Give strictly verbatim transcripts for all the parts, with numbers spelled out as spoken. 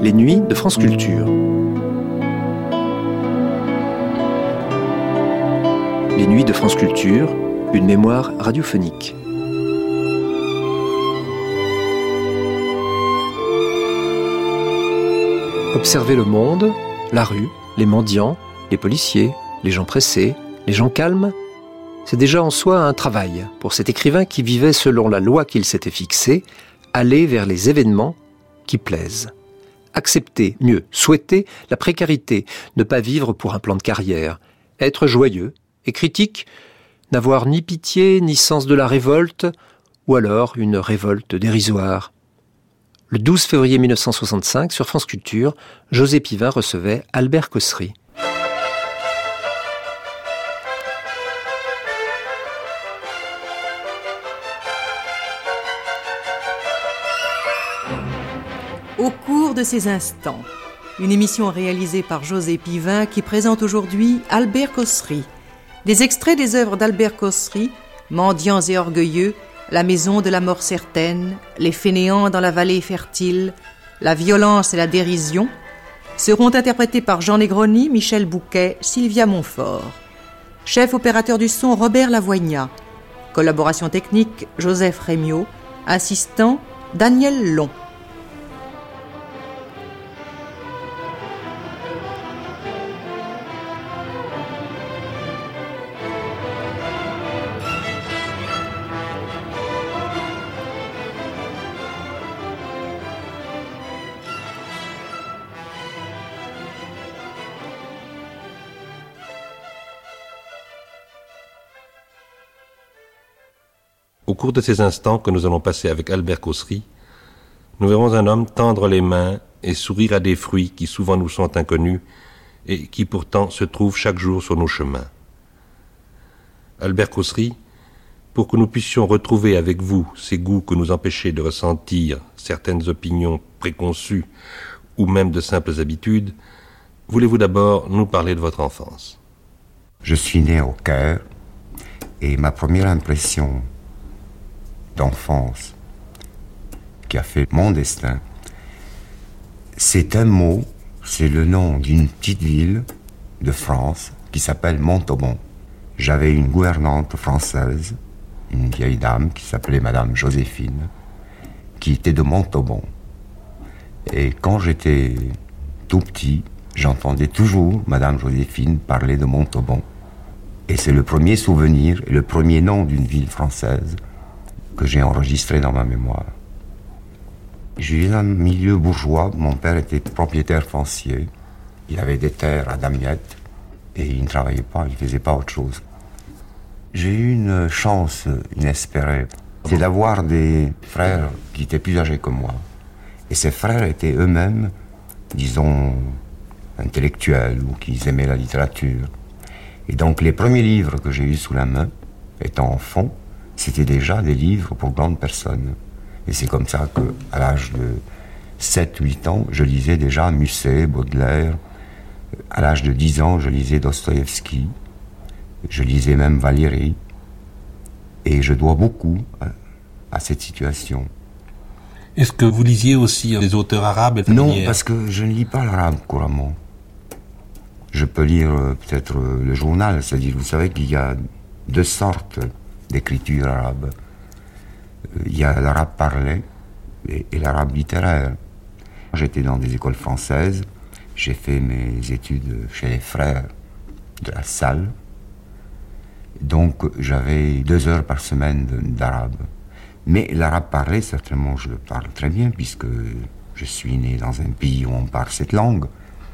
Les nuits de France Culture. Les nuits de France Culture, une mémoire radiophonique. Observer le monde, la rue, les mendiants, les policiers, les gens pressés, les gens calmes, c'est déjà en soi un travail pour cet écrivain qui vivait selon la loi qu'il s'était fixée, aller vers les événements qui plaisent. Accepter, mieux, souhaiter la précarité, ne pas vivre pour un plan de carrière, être joyeux et critique, n'avoir ni pitié ni sens de la révolte, ou alors une révolte dérisoire. Le douze février mille neuf cent soixante-cinq, sur France Culture, José Pivin recevait Albert Cossery. Au cours de ces instants, une émission réalisée par José Pivin qui présente aujourd'hui Albert Cossery. Des extraits des œuvres d'Albert Cossery, Mendiants et orgueilleux, La maison de la mort certaine, Les fainéants dans la vallée fertile, La violence et la dérision, seront interprétés par Jean Negroni, Michel Bouquet, Sylvia Montfort. Chef opérateur du son, Robert Lavoignat. Collaboration technique, Joseph Rémiot. Assistant, Daniel Long. Au cours de ces instants que nous allons passer avec Albert Cossery, nous verrons un homme tendre les mains et sourire à des fruits qui souvent nous sont inconnus et qui pourtant se trouvent chaque jour sur nos chemins. Albert Cossery, pour que nous puissions retrouver avec vous ces goûts que nous empêchaient de ressentir certaines opinions préconçues ou même de simples habitudes, voulez-vous d'abord nous parler de votre enfance ? Je suis né au Caire et ma première impression d'enfance qui a fait mon destin, c'est un mot, c'est le nom d'une petite ville de France qui s'appelle Montauban. J'avais une gouvernante française, une vieille dame qui s'appelait Madame Joséphine, qui était de Montauban. Et quand j'étais tout petit, j'entendais toujours Madame Joséphine parler de Montauban. Et c'est le premier souvenir et le premier nom d'une ville française que j'ai enregistré dans ma mémoire. Je vis dans un milieu bourgeois. Mon père était propriétaire foncier. Il avait des terres à Damiette et il ne travaillait pas, il ne faisait pas autre chose. J'ai eu une chance inespérée, c'est d'avoir des frères qui étaient plus âgés que moi. Et ces frères étaient eux-mêmes, disons, intellectuels ou qui aimaient la littérature. Et donc les premiers livres que j'ai eus sous la main, étant enfant, c'était déjà des livres pour grandes personnes. Et c'est comme ça qu'à l'âge de sept huit ans, je lisais déjà Musset, Baudelaire. À l'âge de dix ans, je lisais Dostoïevski. Je lisais même Valéry. Et je dois beaucoup à, à cette situation. Est-ce que vous lisiez aussi des auteurs arabes et familiers ? Non, parce que je ne lis pas l'arabe couramment. Je peux lire euh, peut-être euh, le journal, c'est-à-dire, vous savez qu'il y a deux sortes d'écriture arabe. Il y a l'arabe parlé et, et l'arabe littéraire. J'étais dans des écoles françaises, j'ai fait mes études chez les frères de la Salle, donc j'avais deux heures par semaine d'arabe. Mais l'arabe parlé, certainement, je le parle très bien, puisque je suis né dans un pays où on parle cette langue.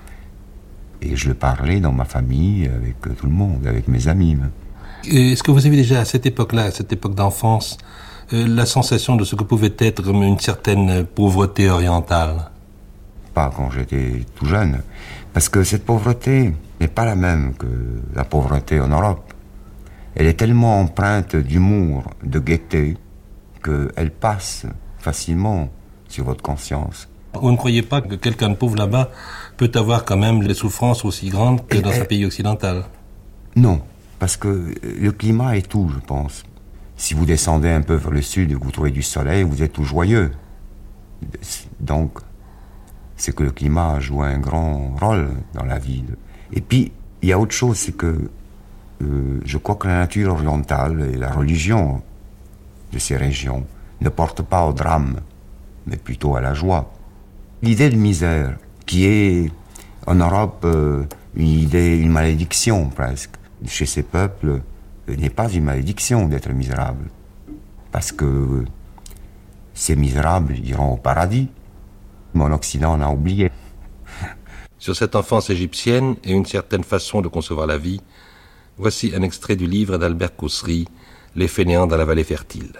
Et je le parlais dans ma famille, avec tout le monde, avec mes amis. Est-ce que vous avez déjà, à cette époque-là, à cette époque d'enfance, euh, la sensation de ce que pouvait être une certaine pauvreté orientale ? Pas quand j'étais tout jeune, parce que cette pauvreté n'est pas la même que la pauvreté en Europe. Elle est tellement empreinte d'humour, de gaieté, qu'elle passe facilement sur votre conscience. Vous ne croyez pas que quelqu'un de pauvre là-bas peut avoir quand même des souffrances aussi grandes que et, dans et, un pays occidental ? Non. Parce que le climat est tout, je pense. Si vous descendez un peu vers le sud et que vous trouvez du soleil, vous êtes tout joyeux. Donc, c'est que le climat joue un grand rôle dans la ville. Et puis, il y a autre chose, c'est que euh, je crois que la nature orientale et la religion de ces régions ne portent pas au drame, mais plutôt à la joie. L'idée de misère, qui est en Europe euh, une idée, une malédiction presque, chez ces peuples, n'est pas une malédiction d'être misérable, parce que ces misérables iront au paradis. Mais en Occident, on a oublié. Sur cette enfance égyptienne et une certaine façon de concevoir la vie, voici un extrait du livre d'Albert Cossery, Les fainéants dans la vallée fertile.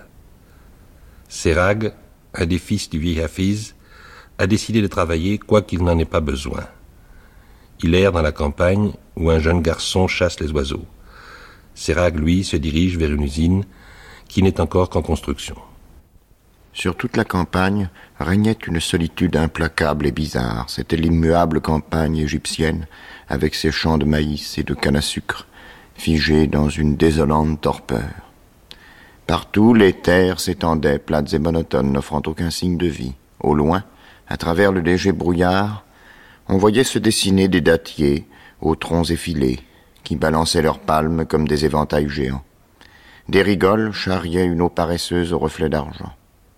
Serag, un des fils du vieil Hafiz, a décidé de travailler quoiqu'il n'en ait pas besoin. Il erre dans la campagne où un jeune garçon chasse les oiseaux. Serag, lui, se dirige vers une usine qui n'est encore qu'en construction. Sur toute la campagne régnait une solitude implacable et bizarre. C'était l'immuable campagne égyptienne, avec ses champs de maïs et de canne à sucre, figés dans une désolante torpeur. Partout, les terres s'étendaient, plates et monotones, n'offrant aucun signe de vie. Au loin, à travers le léger brouillard, on voyait se dessiner des dattiers aux troncs effilés, qui balançaient leurs palmes comme des éventails géants. Des rigoles charriaient une eau paresseuse aux reflets d'argent.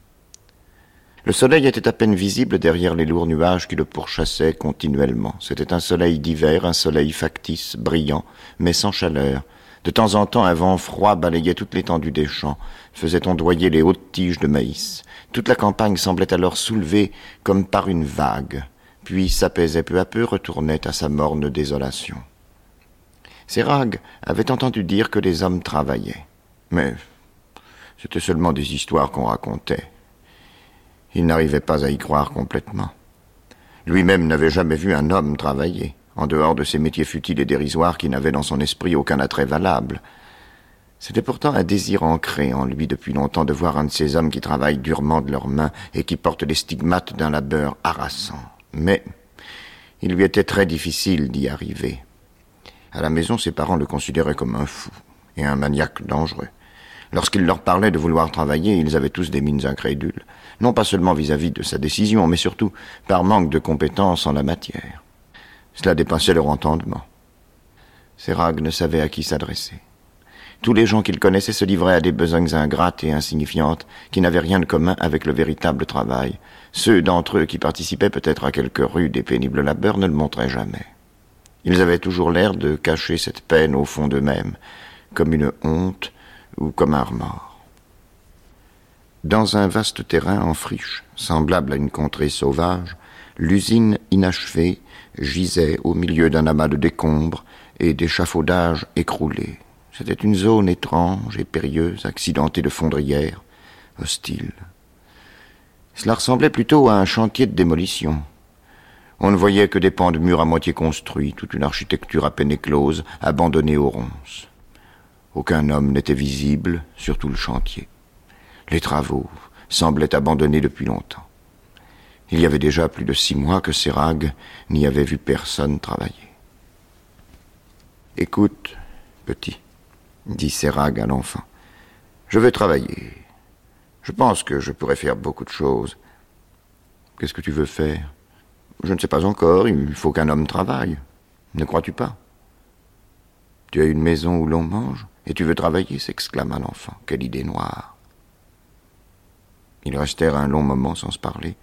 Le soleil était à peine visible derrière les lourds nuages qui le pourchassaient continuellement. C'était un soleil d'hiver, un soleil factice, brillant, mais sans chaleur. De temps en temps, un vent froid balayait toute l'étendue des champs, faisait ondoyer les hautes tiges de maïs. Toute la campagne semblait alors soulevée comme par une vague, puis s'apaisait peu à peu, retournait à sa morne désolation. Serag avait entendu dire que les hommes travaillaient, mais c'était seulement des histoires qu'on racontait. Il n'arrivait pas à y croire complètement. Lui-même n'avait jamais vu un homme travailler, en dehors de ces métiers futiles et dérisoires qui n'avaient dans son esprit aucun attrait valable. C'était pourtant un désir ancré en lui depuis longtemps de voir un de ces hommes qui travaillent durement de leurs mains et qui portent les stigmates d'un labeur harassant. Mais il lui était très difficile d'y arriver. À la maison, ses parents le considéraient comme un fou et un maniaque dangereux. Lorsqu'il leur parlait de vouloir travailler, ils avaient tous des mines incrédules, non pas seulement vis-à-vis de sa décision, mais surtout par manque de compétences en la matière. Cela dépassait leur entendement. Serag ne savait à qui s'adresser. Tous les gens qu'il connaissait se livraient à des besognes ingrates et insignifiantes qui n'avaient rien de commun avec le véritable travail. Ceux d'entre eux qui participaient peut-être à quelques rudes et pénibles labeurs ne le montraient jamais. Ils avaient toujours l'air de cacher cette peine au fond d'eux-mêmes, comme une honte ou comme un remords. Dans un vaste terrain en friche, semblable à une contrée sauvage, l'usine inachevée gisait au milieu d'un amas de décombres et d'échafaudages écroulés. C'était une zone étrange et périlleuse, accidentée de fondrières, hostile. Cela ressemblait plutôt à un chantier de démolition. On ne voyait que des pans de murs à moitié construits, toute une architecture à peine éclose, abandonnée aux ronces. Aucun homme n'était visible sur tout le chantier. Les travaux semblaient abandonnés depuis longtemps. Il y avait déjà plus de six mois que Serag n'y avait vu personne travailler. « Écoute, petit, » dit Serag à l'enfant, « je veux travailler. Je pense que je pourrais faire beaucoup de choses. »« Qu'est-ce que tu veux faire ?»« Je ne sais pas encore, il faut qu'un homme travaille. Ne crois-tu pas ?»« Tu as une maison où l'on mange et tu veux travailler ?» s'exclama l'enfant. « Quelle idée noire !» Ils restèrent un long moment sans se parler.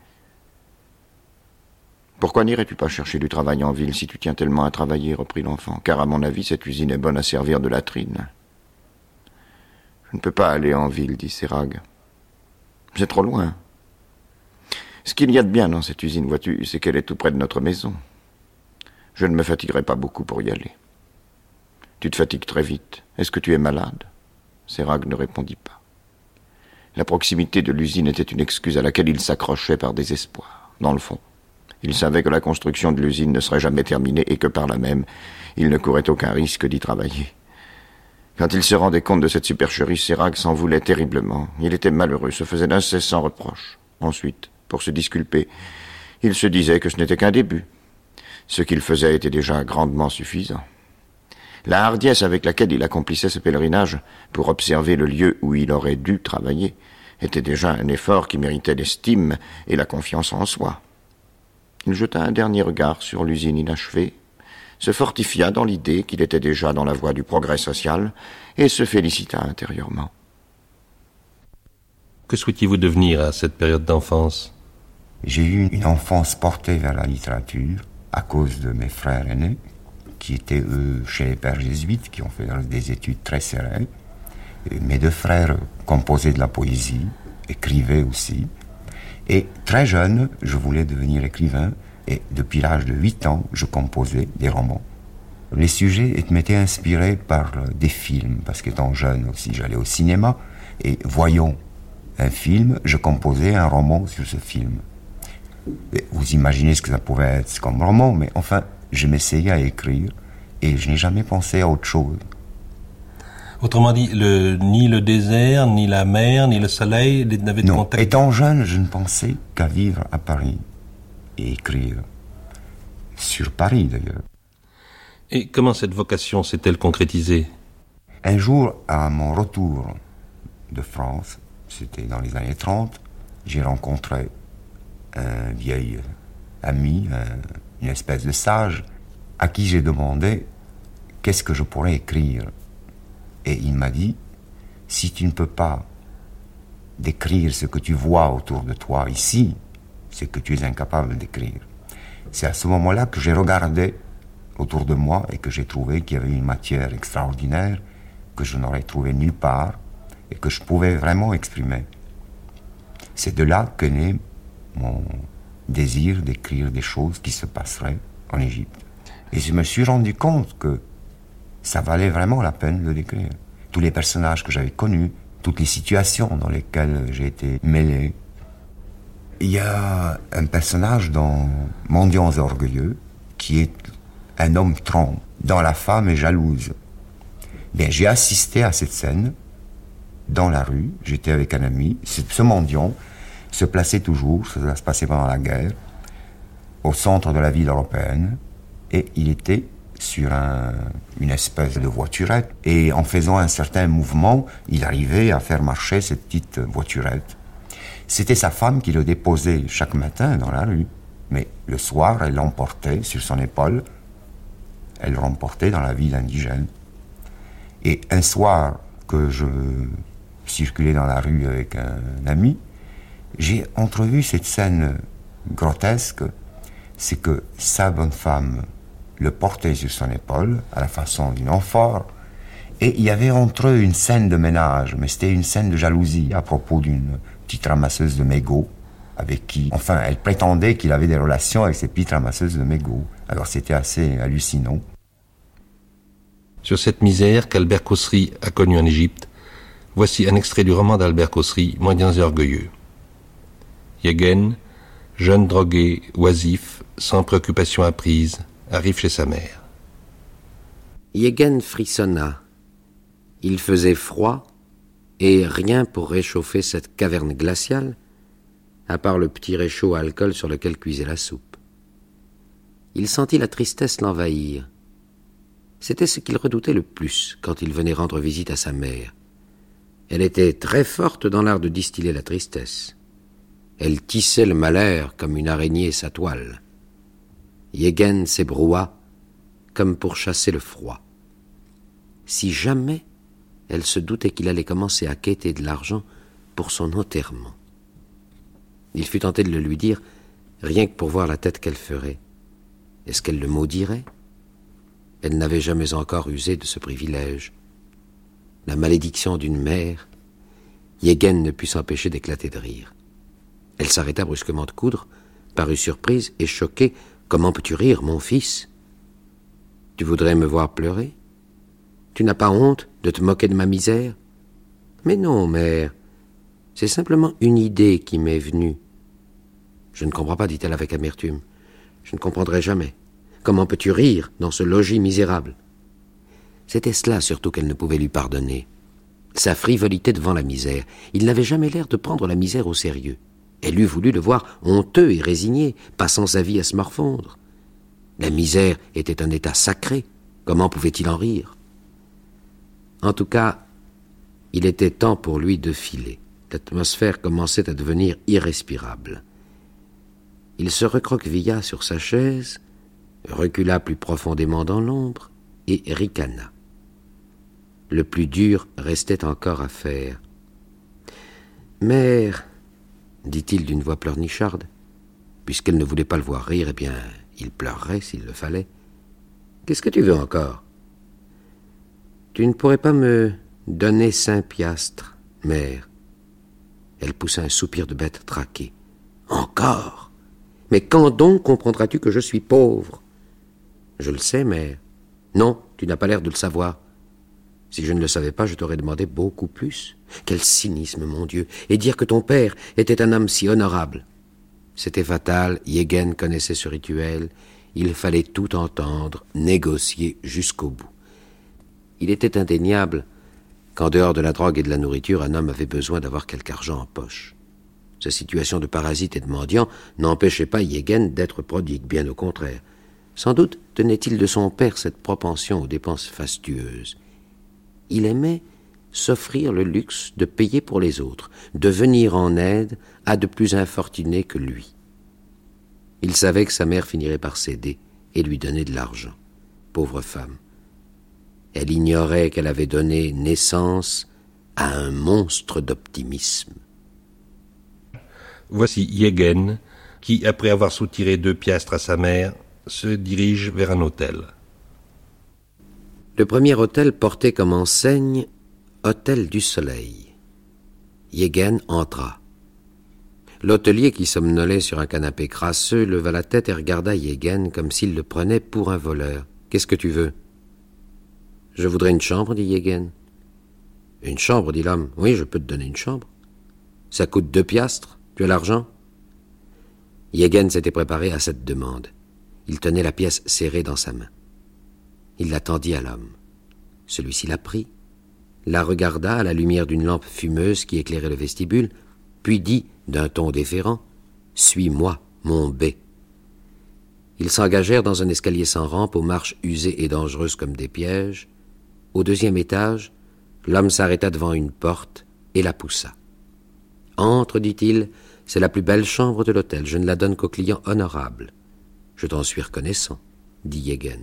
« Pourquoi n'irais-tu pas chercher du travail en ville si tu tiens tellement à travailler ?» reprit l'enfant. « Car à mon avis, cette usine est bonne à servir de latrine. »« Je ne peux pas aller en ville, » dit Serag. « C'est trop loin. Ce qu'il y a de bien dans cette usine, vois-tu, c'est qu'elle est tout près de notre maison. Je ne me fatiguerai pas beaucoup pour y aller. »« Tu te fatigues très vite. Est-ce que tu es malade ?» Serag ne répondit pas. La proximité de l'usine était une excuse à laquelle il s'accrochait par désespoir. Dans le fond, il savait que la construction de l'usine ne serait jamais terminée et que par là même, il ne courait aucun risque d'y travailler. Quand il se rendait compte de cette supercherie, Serag s'en voulait terriblement. Il était malheureux, se faisait d'incessants reproches. Ensuite, pour se disculper, il se disait que ce n'était qu'un début. Ce qu'il faisait était déjà grandement suffisant. La hardiesse avec laquelle il accomplissait ce pèlerinage pour observer le lieu où il aurait dû travailler était déjà un effort qui méritait l'estime et la confiance en soi. Il jeta un dernier regard sur l'usine inachevée, se fortifia dans l'idée qu'il était déjà dans la voie du progrès social et se félicita intérieurement. Que souhaitiez-vous devenir à cette période d'enfance ? J'ai eu une enfance portée vers la littérature à cause de mes frères aînés, qui étaient eux chez les pères jésuites, qui ont fait des études très serrées. Et mes deux frères composaient de la poésie, écrivaient aussi. Et très jeune, je voulais devenir écrivain, et depuis l'âge de huit ans, je composais des romans. Les sujets m'étaient inspirés par des films, parce qu'étant jeune aussi, j'allais au cinéma, et voyant un film, je composais un roman sur ce film. Et vous imaginez ce que ça pouvait être comme roman, mais enfin, je m'essayais à écrire, et je n'ai jamais pensé à autre chose. Autrement dit, le, ni le désert, ni la mer, ni le soleil n'avaient de non, contact. Étant jeune, je ne pensais qu'à vivre à Paris et écrire. Sur Paris, d'ailleurs. Et comment cette vocation s'est-elle concrétisée ? Un jour, à mon retour de France, c'était dans les années trente, j'ai rencontré un vieil ami, un, une espèce de sage, à qui j'ai demandé qu'est-ce que je pourrais écrire. Et il m'a dit, si tu ne peux pas décrire ce que tu vois autour de toi ici, c'est que tu es incapable d'écrire. C'est à ce moment-là que j'ai regardé autour de moi et que j'ai trouvé qu'il y avait une matière extraordinaire que je n'aurais trouvé nulle part et que je pouvais vraiment exprimer. C'est de là que naît mon désir d'écrire des choses qui se passeraient en Égypte. Et je me suis rendu compte que ça valait vraiment la peine de l'écrire. Tous les personnages que j'avais connus, toutes les situations dans lesquelles j'ai été mêlé. Il y a un personnage dans Mendiants et orgueilleux qui est un homme trompe, dont la femme est jalouse. Bien, j'ai assisté à cette scène dans la rue, j'étais avec un ami. Ce mendiant se plaçait toujours, ça se passait pendant la guerre, au centre de la ville européenne, et il était sur un, une espèce de voiturette, et en faisant un certain mouvement, il arrivait à faire marcher cette petite voiturette. C'était sa femme qui le déposait chaque matin dans la rue, mais le soir, elle l'emportait sur son épaule, elle le remportait dans la ville indigène. Et un soir que je circulais dans la rue avec un ami, j'ai entrevu cette scène grotesque, c'est que sa bonne femme le portait sur son épaule, à la façon d'une amphore, et il y avait entre eux une scène de ménage, mais c'était une scène de jalousie à propos d'une petite ramasseuse de mégots, avec qui, enfin, elle prétendait qu'il avait des relations avec cette petite ramasseuse de mégots. Alors c'était assez hallucinant. Sur cette misère qu'Albert Cossery a connue en Égypte, voici un extrait du roman d'Albert Cossery, Mendiants et orgueilleux. Yegen, jeune drogué, oisif, sans préoccupation apprise, arrive chez sa mère. Yegen frissonna. Il faisait froid, et rien pour réchauffer cette caverne glaciale, à part le petit réchaud à alcool sur lequel cuisait la soupe. Il sentit la tristesse l'envahir. C'était ce qu'il redoutait le plus quand il venait rendre visite à sa mère. Elle était très forte dans l'art de distiller la tristesse. Elle tissait le malheur comme une araignée sa toile. Yegen s'ébroua comme pour chasser le froid. Si jamais elle se doutait qu'il allait commencer à quêter de l'argent pour son enterrement. Il fut tenté de le lui dire, rien que pour voir la tête qu'elle ferait. Est-ce qu'elle le maudirait ? Elle n'avait jamais encore usé de ce privilège. La malédiction d'une mère, Yegen ne put s'empêcher d'éclater de rire. Elle s'arrêta brusquement de coudre, parut surprise et choquée. « Comment peux-tu rire, mon fils ? Tu voudrais me voir pleurer ? Tu n'as pas honte de te moquer de ma misère ? Mais non, mère, c'est simplement une idée qui m'est venue. Je ne comprends pas, dit-elle avec amertume. Je ne comprendrai jamais. Comment peux-tu rire dans ce logis misérable ? C'était cela surtout qu'elle ne pouvait lui pardonner. Sa frivolité devant la misère. Il n'avait jamais l'air de prendre la misère au sérieux. Elle eût voulu le voir honteux et résigné, passant sa vie à se morfondre. La misère était un état sacré. Comment pouvait-il en rire ? En tout cas, il était temps pour lui de filer. L'atmosphère commençait à devenir irrespirable. Il se recroquevilla sur sa chaise, recula plus profondément dans l'ombre et ricana. Le plus dur restait encore à faire. « Mère, dit-il d'une voix pleurnicharde, puisqu'elle ne voulait pas le voir rire, eh bien, il pleurerait s'il le fallait. Qu'est-ce que tu veux encore? Tu ne pourrais pas me donner cinq piastres, mère. Elle poussa un soupir de bête traquée. Encore? Mais quand donc comprendras-tu que je suis pauvre? Je le sais, mère. Non, tu n'as pas l'air de le savoir. Si je ne le savais pas, je t'aurais demandé beaucoup plus. Quel cynisme, mon Dieu! Et dire que ton père était un homme si honorable. C'était fatal, Yegen connaissait ce rituel. Il fallait tout entendre, négocier jusqu'au bout. Il était indéniable qu'en dehors de la drogue et de la nourriture, un homme avait besoin d'avoir quelque argent en poche. Sa situation de parasite et de mendiant n'empêchait pas Yegen d'être prodigue, bien au contraire. Sans doute tenait-il de son père cette propension aux dépenses fastueuses. Il aimait s'offrir le luxe de payer pour les autres, de venir en aide à de plus infortunés que lui. Il savait que sa mère finirait par céder et lui donner de l'argent. Pauvre femme. Elle ignorait qu'elle avait donné naissance à un monstre d'optimisme. Voici Yegen, qui, après avoir soutiré deux piastres à sa mère, se dirige vers un hôtel. Le premier hôtel portait comme enseigne « Hôtel du Soleil ». Yegen entra. L'hôtelier, qui somnolait sur un canapé crasseux, leva la tête et regarda Yegen comme s'il le prenait pour un voleur. « Qu'est-ce que tu veux ?»« Je voudrais une chambre, dit Yegen. »« Une chambre, dit l'homme. Oui, je peux te donner une chambre. Ça coûte deux piastres. Tu as l'argent ?» Yegen s'était préparé à cette demande. Il tenait la pièce serrée dans sa main. Il la tendit à l'homme. Celui-ci la prit, la regarda à la lumière d'une lampe fumeuse qui éclairait le vestibule, puis dit d'un ton déférent « Suis-moi, mon bé ». Ils s'engagèrent dans un escalier sans rampe aux marches usées et dangereuses comme des pièges. Au deuxième étage, l'homme s'arrêta devant une porte et la poussa. « Entre, dit-il, c'est la plus belle chambre de l'hôtel, je ne la donne qu'aux clients honorables. »« Je t'en suis reconnaissant, » dit Yegen.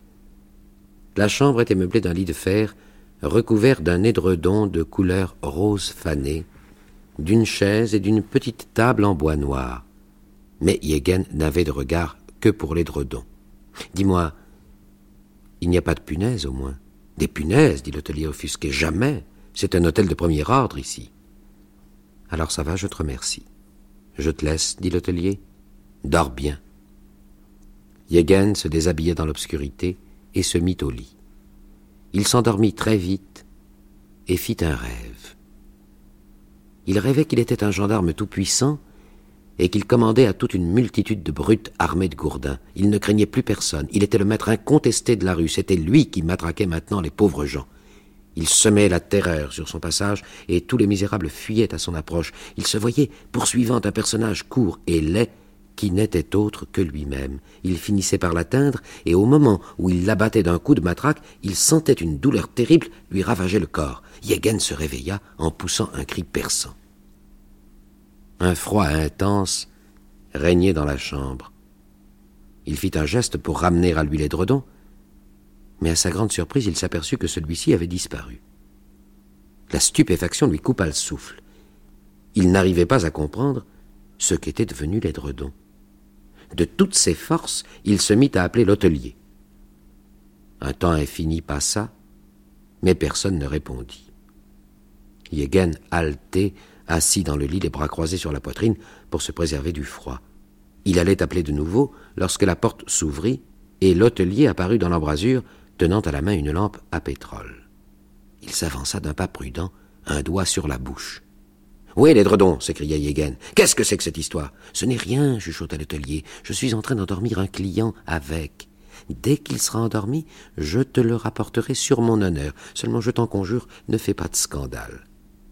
La chambre était meublée d'un lit de fer recouvert d'un édredon de couleur rose fanée, d'une chaise et d'une petite table en bois noir. Mais Yegen n'avait de regard que pour l'édredon. « Dis-moi, il n'y a pas de punaises au moins ?»« Des punaises, dit l'hôtelier offusqué, jamais. C'est un hôtel de premier ordre ici. »« Alors ça va, je te remercie. »« Je te laisse, dit l'hôtelier. Dors bien. » Yegen se déshabilla dans l'obscurité et se mit au lit. Il s'endormit très vite et fit un rêve. Il rêvait qu'il était un gendarme tout-puissant et qu'il commandait à toute une multitude de brutes armées de gourdins. Il ne craignait plus personne. Il était le maître incontesté de la rue. C'était lui qui matraquait maintenant les pauvres gens. Il semait la terreur sur son passage et tous les misérables fuyaient à son approche. Il se voyait poursuivant un personnage court et laid qui n'était autre que lui-même. Il finissait par l'atteindre, et au moment où il l'abattait d'un coup de matraque, il sentait une douleur terrible lui ravager le corps. Yegen se réveilla en poussant un cri perçant. Un froid intense régnait dans la chambre. Il fit un geste pour ramener à lui l'édredon, mais à sa grande surprise, il s'aperçut que celui-ci avait disparu. La stupéfaction lui coupa le souffle. Il n'arrivait pas à comprendre ce qu'était devenu l'édredon. De toutes ses forces, il se mit à appeler l'hôtelier. Un temps infini passa, mais personne ne répondit. Yegen, haleté, assis dans le lit, les bras croisés sur la poitrine, pour se préserver du froid. Il allait appeler de nouveau lorsque la porte s'ouvrit et l'hôtelier apparut dans l'embrasure, tenant à la main une lampe à pétrole. Il s'avança d'un pas prudent, un doigt sur la bouche. « Où est l'édredon » s'écria Yegen. « Qu'est-ce que c'est que cette histoire ?»« Ce n'est rien, » chuchota l'hôtelier. « Je suis en train d'endormir un client avec. Dès qu'il sera endormi, je te le rapporterai sur mon honneur. Seulement, je t'en conjure, ne fais pas de scandale. »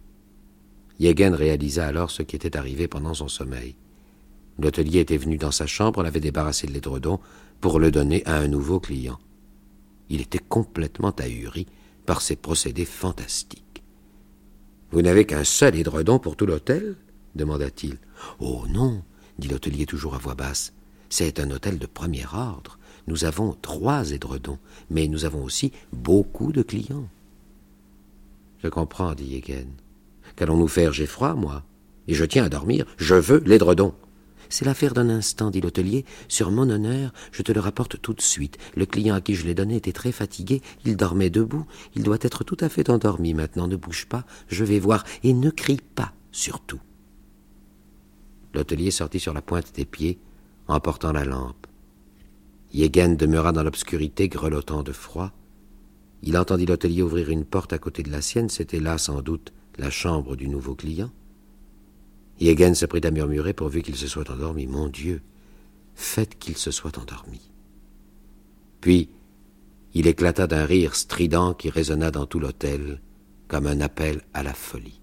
Yegen réalisa alors ce qui était arrivé pendant son sommeil. L'hôtelier était venu dans sa chambre, l'avait débarrassé de l'édredon pour le donner à un nouveau client. Il était complètement ahuri par ces procédés fantastiques. « Vous n'avez qu'un seul édredon pour tout l'hôtel ?» demanda-t-il. « Oh non, dit l'hôtelier toujours à voix basse. C'est un hôtel de premier ordre. Nous avons trois édredons, mais nous avons aussi beaucoup de clients. Je comprends, dit Yegen. Qu'allons-nous faire? J'ai froid, moi. Et je tiens à dormir. Je veux l'édredon. C'est l'affaire d'un instant, dit l'hôtelier. Sur mon honneur, je te le rapporte tout de suite. Le client à qui je l'ai donné était très fatigué. Il dormait debout. Il doit être tout à fait endormi maintenant. Ne bouge pas. Je vais voir. Et ne crie pas, surtout. L'hôtelier sortit sur la pointe des pieds, emportant la lampe. Yegen demeura dans l'obscurité, grelottant de froid. Il entendit l'hôtelier ouvrir une porte à côté de la sienne. C'était là, sans doute, la chambre du nouveau client. Yegen se prit à murmurer pourvu qu'il se soit endormi. Mon Dieu, faites qu'il se soit endormi. Puis, il éclata d'un rire strident qui résonna dans tout l'hôtel, comme un appel à la folie.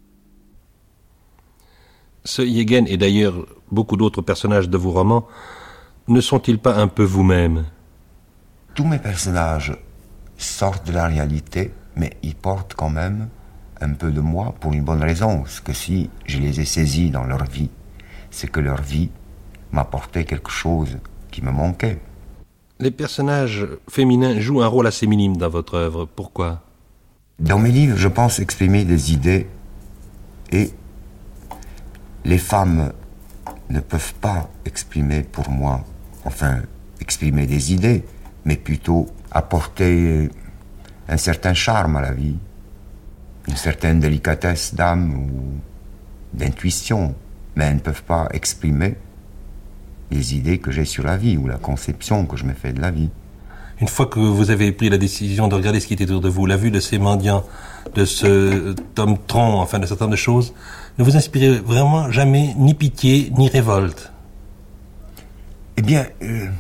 Ce Yegen et d'ailleurs beaucoup d'autres personnages de vos romans ne sont-ils pas un peu vous-même? Tous mes personnages sortent de la réalité, mais ils portent quand même un peu de moi pour une bonne raison, parce que si je les ai saisis dans leur vie, c'est que leur vie m'apportait quelque chose qui me manquait. Les personnages féminins jouent un rôle assez minime dans votre œuvre. Pourquoi? Dans mes livres, je pense exprimer des idées et les femmes ne peuvent pas exprimer pour moi, enfin, exprimer des idées, mais plutôt apporter un certain charme à la vie, une certaine délicatesse d'âme ou d'intuition, mais elles ne peuvent pas exprimer les idées que j'ai sur la vie ou la conception que je me fais de la vie. Une fois que vous avez pris la décision de regarder ce qui était autour de vous, la vue de ces mendiants, de ce Tom Tron, enfin de certaines choses, ne vous inspirez vraiment jamais ni pitié ni révolte? Eh bien, euh,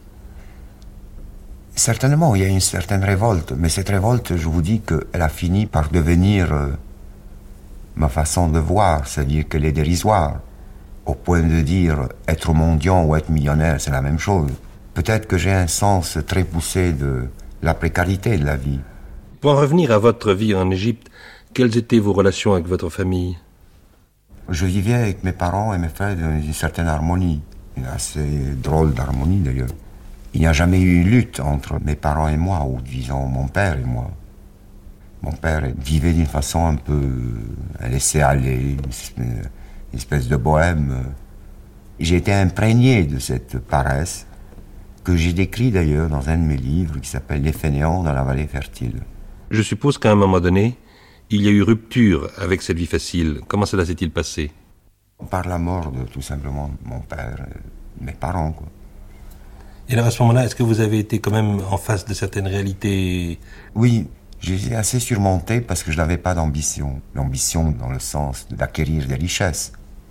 certainement, il y a une certaine révolte, mais cette révolte, je vous dis qu'elle a fini par devenir euh, ma façon de voir, c'est-à-dire qu'elle est dérisoire, au point de dire être mendiant ou être millionnaire, c'est la même chose. Peut-être que j'ai un sens très poussé de la précarité de la vie. Pour en revenir à votre vie en Égypte, quelles étaient vos relations avec votre famille? Je vivais avec mes parents et mes frères dans une certaine harmonie, une assez drôle d'harmonie d'ailleurs. Il n'y a jamais eu une lutte entre mes parents et moi, ou disons mon père et moi. Mon père vivait d'une façon un peu à laisser aller, une espèce de bohème. J'ai été imprégné de cette paresse, que j'ai décrit d'ailleurs dans un de mes livres qui s'appelle « Les fainéants dans la vallée fertile ». Je suppose qu'à un moment donné, il y a eu rupture avec cette vie facile. Comment cela s'est-il passé? Par la mort de tout simplement mon père, mes parents, quoi. Et alors à ce moment-là, est-ce que vous avez été quand même en face de certaines réalités? Oui, j'ai assez surmonté parce que je n'avais pas d'ambition. L'ambition dans le sens d'acquérir des richesses.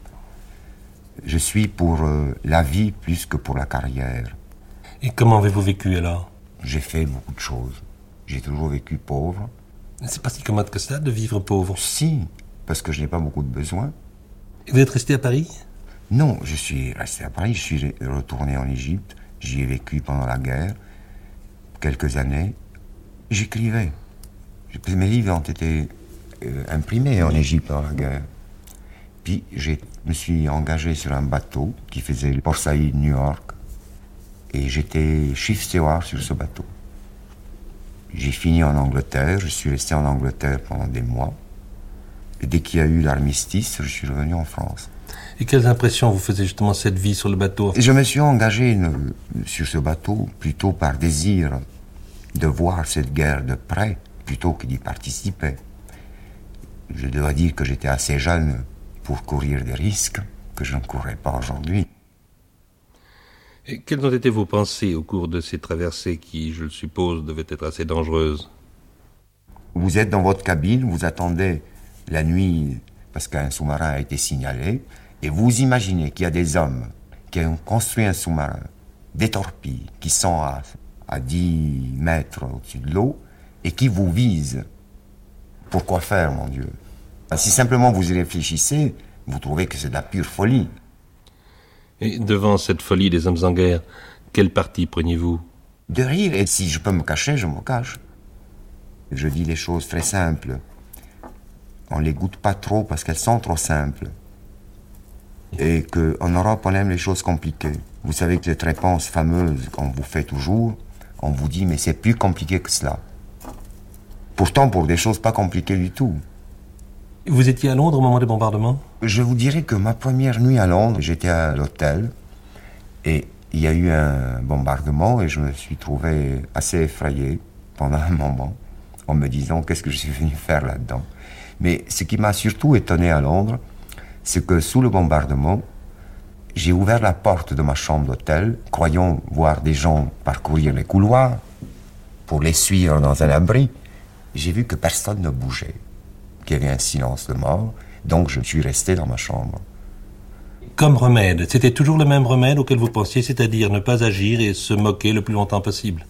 Je suis pour euh, la vie plus que pour la carrière. Et comment avez-vous vécu alors? J'ai fait beaucoup de choses. J'ai toujours vécu pauvre. C'est pas si commode que ça de vivre pauvre. Si, parce que je n'ai pas beaucoup de besoins. Et vous êtes resté à Paris? Non, je suis resté à Paris. Je suis retourné en Égypte. J'y ai vécu pendant la guerre, quelques années. J'écrivais. Mes livres ont été euh, imprimés en Égypte pendant la guerre. Puis je me suis engagé sur un bateau qui faisait le Port Saïd, New York. Et j'étais chief steward sur ce bateau. J'ai fini en Angleterre. Je suis resté en Angleterre pendant des mois. Et dès qu'il y a eu l'armistice, je suis revenu en France. Et quelles impressions vous faisait justement cette vie sur le bateau? Je me suis engagé une, sur ce bateau plutôt par désir de voir cette guerre de près, plutôt que d'y participer. Je dois dire que j'étais assez jeune pour courir des risques que je ne courrais pas aujourd'hui. Et quelles ont été vos pensées au cours de ces traversées qui, je le suppose, devaient être assez dangereuses? Vous êtes dans votre cabine, vous attendez la nuit parce qu'un sous-marin a été signalé. Et vous imaginez qu'il y a des hommes qui ont construit un sous-marin, des torpilles, qui sont à, à dix mètres au-dessus de l'eau et qui vous visent. Pourquoi faire, mon Dieu? Si simplement vous y réfléchissez, vous trouvez que c'est de la pure folie. Et devant cette folie des hommes en guerre, quel parti preniez-vous? De rire, et si je peux me cacher, je me cache. Je dis les choses très simples. On ne les goûte pas trop parce qu'elles sont trop simples. Et qu'en Europe, on aime les choses compliquées. Vous savez que cette réponse fameuse qu'on vous fait toujours, on vous dit, mais c'est plus compliqué que cela. Pourtant, pour des choses pas compliquées du tout. Vous étiez à Londres au moment des bombardements? Je vous dirais que ma première nuit à Londres, j'étais à l'hôtel et il y a eu un bombardement et je me suis trouvé assez effrayé pendant un moment en me disant qu'est-ce que je suis venu faire là-dedans. Mais ce qui m'a surtout étonné à Londres, c'est que sous le bombardement, j'ai ouvert la porte de ma chambre d'hôtel, croyant voir des gens parcourir les couloirs pour les suivre dans un abri. J'ai vu que personne ne bougeait, qu'il y avait un silence de mort, donc je suis resté dans ma chambre. Comme remède, c'était toujours le même remède auquel vous pensiez, c'est-à-dire ne pas agir et se moquer le plus longtemps possible.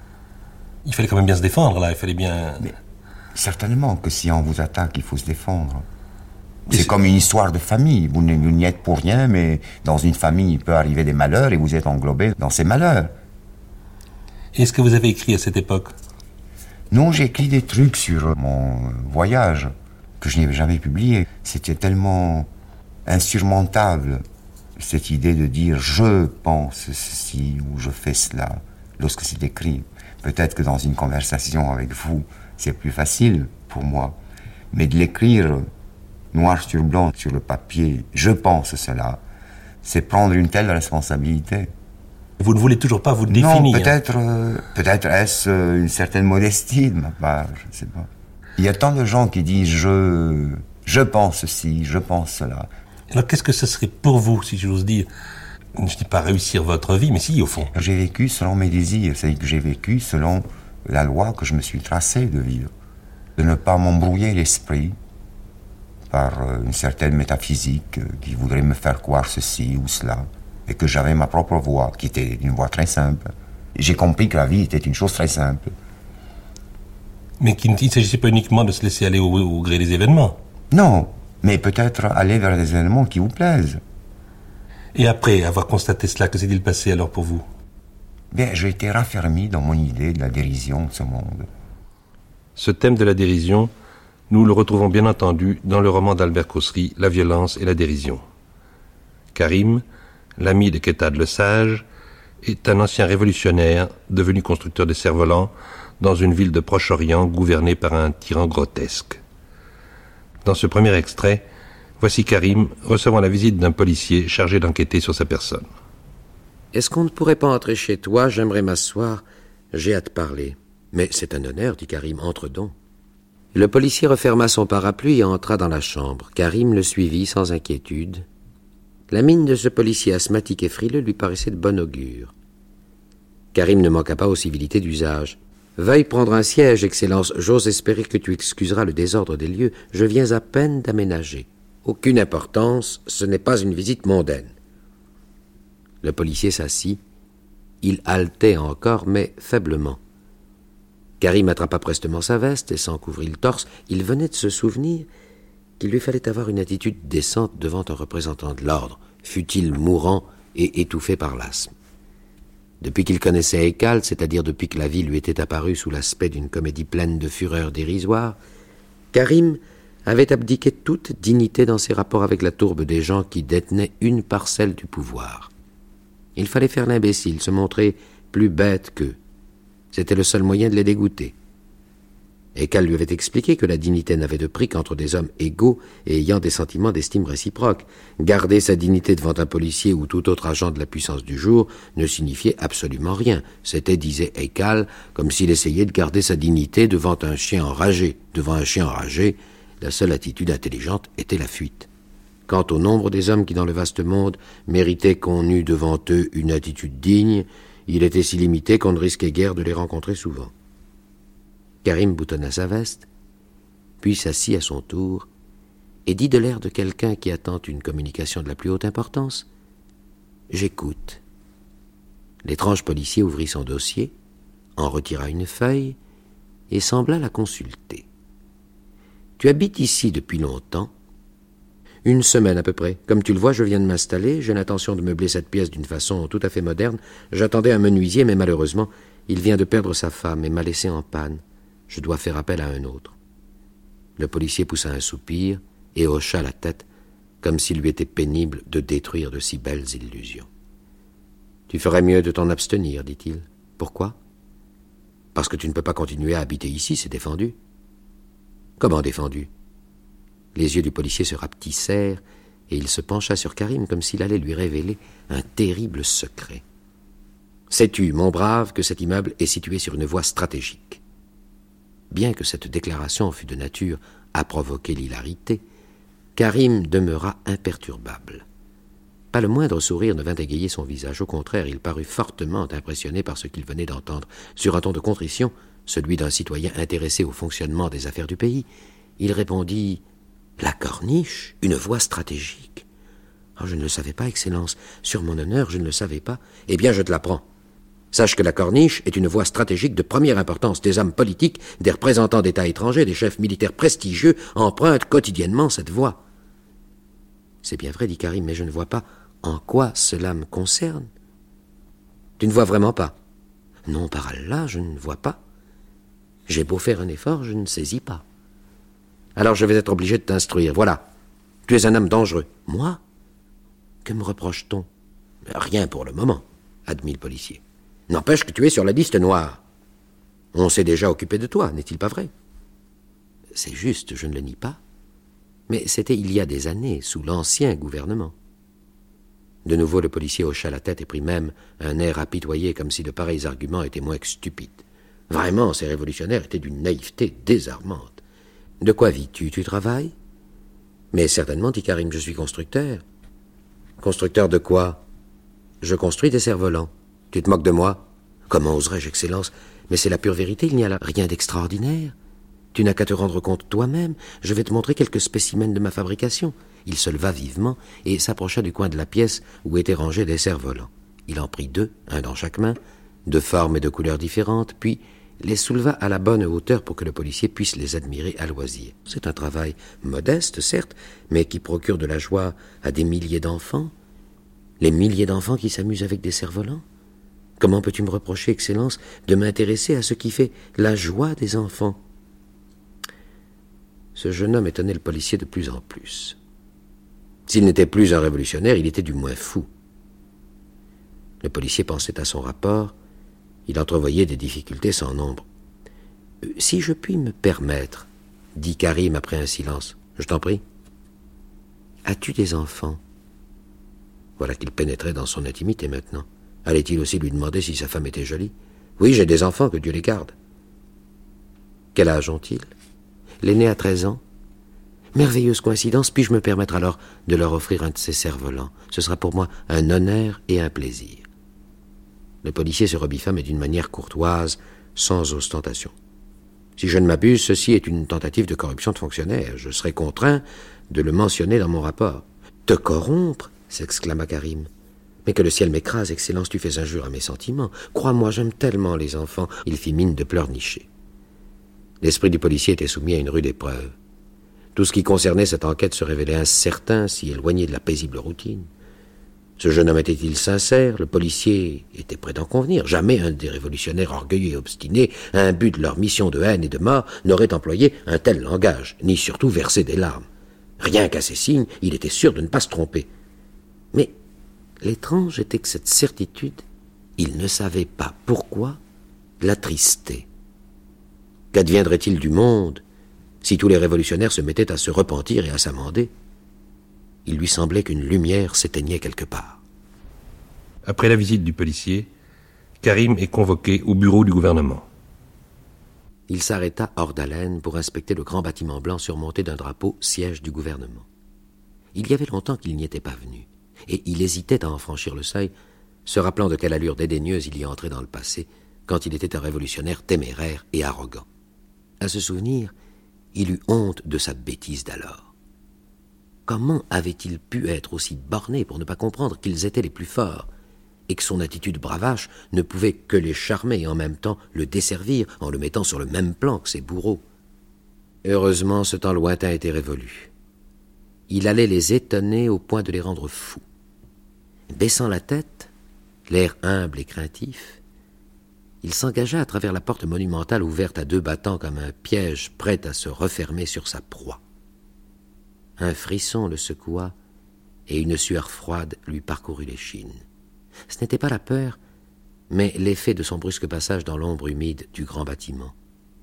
Il fallait quand même bien se défendre, là, il fallait bien... Mais certainement que si on vous attaque, il faut se défendre. C'est, c'est comme une histoire de famille. Vous n'y êtes pour rien, mais dans une famille, il peut arriver des malheurs et vous êtes englobé dans ces malheurs. Est-ce que vous avez écrit à cette époque? Non, j'ai écrit des trucs sur mon voyage que je n'ai jamais publié. C'était tellement insurmontable, cette idée de dire « je pense ceci » ou « je fais cela » lorsque c'est écrit. Peut-être que dans une conversation avec vous, c'est plus facile pour moi. Mais de l'écrire noir sur blanc sur le papier, « je pense cela », c'est prendre une telle responsabilité. Vous ne voulez toujours pas vous définir? Non, peut-être, euh, peut-être est-ce une certaine modestie de ma part, je ne sais pas. Il y a tant de gens qui disent « je, je pense ceci, je pense cela ». Alors qu'est-ce que ce serait pour vous, si j'ose dire, je ne dis pas réussir votre vie, mais si, au fond. J'ai vécu selon mes désirs, c'est-à-dire que j'ai vécu selon la loi que je me suis tracée de vivre. De ne pas m'embrouiller l'esprit par une certaine métaphysique qui voudrait me faire croire ceci ou cela, et que j'avais ma propre voie, qui était une voie très simple. Et j'ai compris que la vie était une chose très simple. Mais qu'il ne s'agissait pas uniquement de se laisser aller au, au gré des événements. Non, mais peut-être aller vers des événements qui vous plaisent. Et après avoir constaté cela, que s'est-il passé alors pour vous? Bien, j'ai été raffermi dans mon idée de la dérision de ce monde. Ce thème de la dérision, nous le retrouvons bien entendu dans le roman d'Albert Cossery, La violence et la dérision. Karim, l'ami de Quétade le Sage, est un ancien révolutionnaire devenu constructeur de cerfs-volants dans une ville de Proche-Orient gouvernée par un tyran grotesque. Dans ce premier extrait, voici Karim recevant la visite d'un policier chargé d'enquêter sur sa personne. « Est-ce qu'on ne pourrait pas entrer chez toi? J'aimerais m'asseoir. J'ai à te parler. »« Mais c'est un honneur, dit Karim, entre donc. » Le policier referma son parapluie et entra dans la chambre. Karim le suivit sans inquiétude. La mine de ce policier asthmatique et frileux lui paraissait de bon augure. Karim ne manqua pas aux civilités d'usage. « Veuille prendre un siège, Excellence. J'ose espérer que tu excuseras le désordre des lieux. Je viens à peine d'aménager. Aucune importance, ce n'est pas une visite mondaine. » Le policier s'assit. Il haletait encore, mais faiblement. Karim attrapa prestement sa veste et s'en couvrit le torse. Il venait de se souvenir qu'il lui fallait avoir une attitude décente devant un représentant de l'ordre, fût-il mourant et étouffé par l'asthme. Depuis qu'il connaissait Ecal, c'est-à-dire depuis que la vie lui était apparue sous l'aspect d'une comédie pleine de fureur dérisoire, Karim avait abdiqué toute dignité dans ses rapports avec la tourbe des gens qui détenaient une parcelle du pouvoir. Il fallait faire l'imbécile, se montrer plus bête qu'eux. C'était le seul moyen de les dégoûter. Ecal lui avait expliqué que la dignité n'avait de prix qu'entre des hommes égaux et ayant des sentiments d'estime réciproque. Garder sa dignité devant un policier ou tout autre agent de la puissance du jour ne signifiait absolument rien. C'était, disait Ecal, comme s'il essayait de garder sa dignité devant un chien enragé. Devant un chien enragé, la seule attitude intelligente était la fuite. Quant au nombre des hommes qui, dans le vaste monde, méritaient qu'on eût devant eux une attitude digne, il était si limité qu'on ne risquait guère de les rencontrer souvent. Karim boutonna sa veste, puis s'assit à son tour et dit de l'air de quelqu'un qui attend une communication de la plus haute importance : « J'écoute. » L'étrange policier ouvrit son dossier, en retira une feuille et sembla la consulter. « Tu habites ici depuis longtemps ? » ?»« Une semaine à peu près. Comme tu le vois, je viens de m'installer. J'ai l'intention de meubler cette pièce d'une façon tout à fait moderne. J'attendais un menuisier, mais malheureusement, il vient de perdre sa femme et m'a laissé en panne. Je dois faire appel à un autre. » Le policier poussa un soupir et hocha la tête comme s'il lui était pénible de détruire de si belles illusions. « Tu ferais mieux de t'en abstenir, dit-il. Pourquoi ? Parce que tu ne peux pas continuer à habiter ici, c'est défendu. » Comment défendu ? Les yeux du policier se rapetissèrent et il se pencha sur Karim comme s'il allait lui révéler un terrible secret. « Sais-tu, mon brave, que cet immeuble est situé sur une voie stratégique ?» Bien que cette déclaration fût de nature à provoquer l'hilarité, Karim demeura imperturbable. Pas le moindre sourire ne vint égayer son visage. Au contraire, il parut fortement impressionné par ce qu'il venait d'entendre. Sur un ton de contrition, celui d'un citoyen intéressé au fonctionnement des affaires du pays, il répondit « La corniche, une voie stratégique. Oh, je ne le savais pas, Excellence. Sur mon honneur, je ne le savais pas. Eh bien, je te l'apprends. Sache que la corniche est une voie stratégique de première importance. Des hommes politiques, des représentants d'États étrangers, des chefs militaires prestigieux empruntent quotidiennement cette voie. » C'est bien vrai, dit Karim, mais je ne vois pas en quoi cela me concerne. Tu ne vois vraiment pas? Non, par Allah, je ne vois pas. J'ai beau faire un effort, je ne saisis pas. Alors je vais être obligé de t'instruire. Voilà, tu es un homme dangereux. Moi? Que me reproche-t-on? Rien pour le moment, admit le policier. N'empêche que tu es sur la liste noire. On s'est déjà occupé de toi, n'est-il pas vrai? C'est juste, je ne le nie pas. Mais c'était il y a des années, sous l'ancien gouvernement. De nouveau, le policier hocha la tête et prit même un air apitoyé, comme si de pareils arguments étaient moins que stupides. Vraiment, ces révolutionnaires étaient d'une naïveté désarmante. De quoi vis-tu? Tu travailles? Mais certainement, dit Karim, je suis constructeur. Constructeur de quoi? Je construis des cerfs-volants. Tu te moques de moi? Comment oserais-je, Excellence? Mais c'est la pure vérité, il n'y a là rien d'extraordinaire. Tu n'as qu'à te rendre compte toi-même. Je vais te montrer quelques spécimens de ma fabrication. Il se leva vivement et s'approcha du coin de la pièce où étaient rangés des cerfs-volants. Il en prit deux, un dans chaque main, de formes et de couleurs différentes, puis les souleva à la bonne hauteur pour que le policier puisse les admirer à loisir. C'est un travail modeste, certes, mais qui procure de la joie à des milliers d'enfants. Les milliers d'enfants qui s'amusent avec des cerfs-volants. Comment peux-tu me reprocher, Excellence, de m'intéresser à ce qui fait la joie des enfants? Ce jeune homme étonnait le policier de plus en plus. S'il n'était plus un révolutionnaire, il était du moins fou. Le policier pensait à son rapport. Il entrevoyait des difficultés sans nombre. Euh, « Si je puis me permettre, » dit Karim après un silence. « Je t'en prie. »« As-tu des enfants ?» Voilà qu'il pénétrait dans son intimité maintenant. Allait-il aussi lui demander si sa femme était jolie? « Oui, j'ai des enfants, que Dieu les garde. »« Quel âge ont-ils » ? L'aîné a treize ans. Merveilleuse coïncidence, puis-je me permettre alors de leur offrir un de ces cerfs-volants? Ce sera pour moi un honneur et un plaisir. Le policier se rebiffa, mais d'une manière courtoise, sans ostentation. Si je ne m'abuse, ceci est une tentative de corruption de fonctionnaire. Je serai contraint de le mentionner dans mon rapport. Te corrompre? S'exclama Karim. Mais que le ciel m'écrase, Excellence, tu fais injure à mes sentiments. Crois-moi, j'aime tellement les enfants. Il fit mine de pleurnicher. L'esprit du policier était soumis à une rude épreuve. Tout ce qui concernait cette enquête se révélait incertain, si éloigné de la paisible routine. Ce jeune homme était-il sincère? Le policier était prêt d'en convenir. Jamais un des révolutionnaires orgueilleux et obstinés, imbus de leur mission de haine et de mort, n'aurait employé un tel langage, ni surtout versé des larmes. Rien qu'à ces signes, il était sûr de ne pas se tromper. Mais l'étrange était que cette certitude, il ne savait pas pourquoi, l'attristait. Qu'adviendrait-il du monde si tous les révolutionnaires se mettaient à se repentir et à s'amender? Il lui semblait qu'une lumière s'éteignait quelque part. Après la visite du policier, Karim est convoqué au bureau du gouvernement. Il s'arrêta hors d'haleine pour inspecter le grand bâtiment blanc surmonté d'un drapeau siège du gouvernement. Il y avait longtemps qu'il n'y était pas venu, et il hésitait à en franchir le seuil, se rappelant de quelle allure dédaigneuse il y entrait dans le passé, quand il était un révolutionnaire téméraire et arrogant. À ce souvenir, il eut honte de sa bêtise d'alors. Comment avait-il pu être aussi borné pour ne pas comprendre qu'ils étaient les plus forts, et que son attitude bravache ne pouvait que les charmer et en même temps le desservir en le mettant sur le même plan que ses bourreaux? Heureusement, ce temps lointain était révolu. Il allait les étonner au point de les rendre fous. Baissant la tête, l'air humble et craintif, il s'engagea à travers la porte monumentale ouverte à deux battants comme un piège prêt à se refermer sur sa proie. Un frisson le secoua et une sueur froide lui parcourut l'échine. Ce n'était pas la peur, mais l'effet de son brusque passage dans l'ombre humide du grand bâtiment.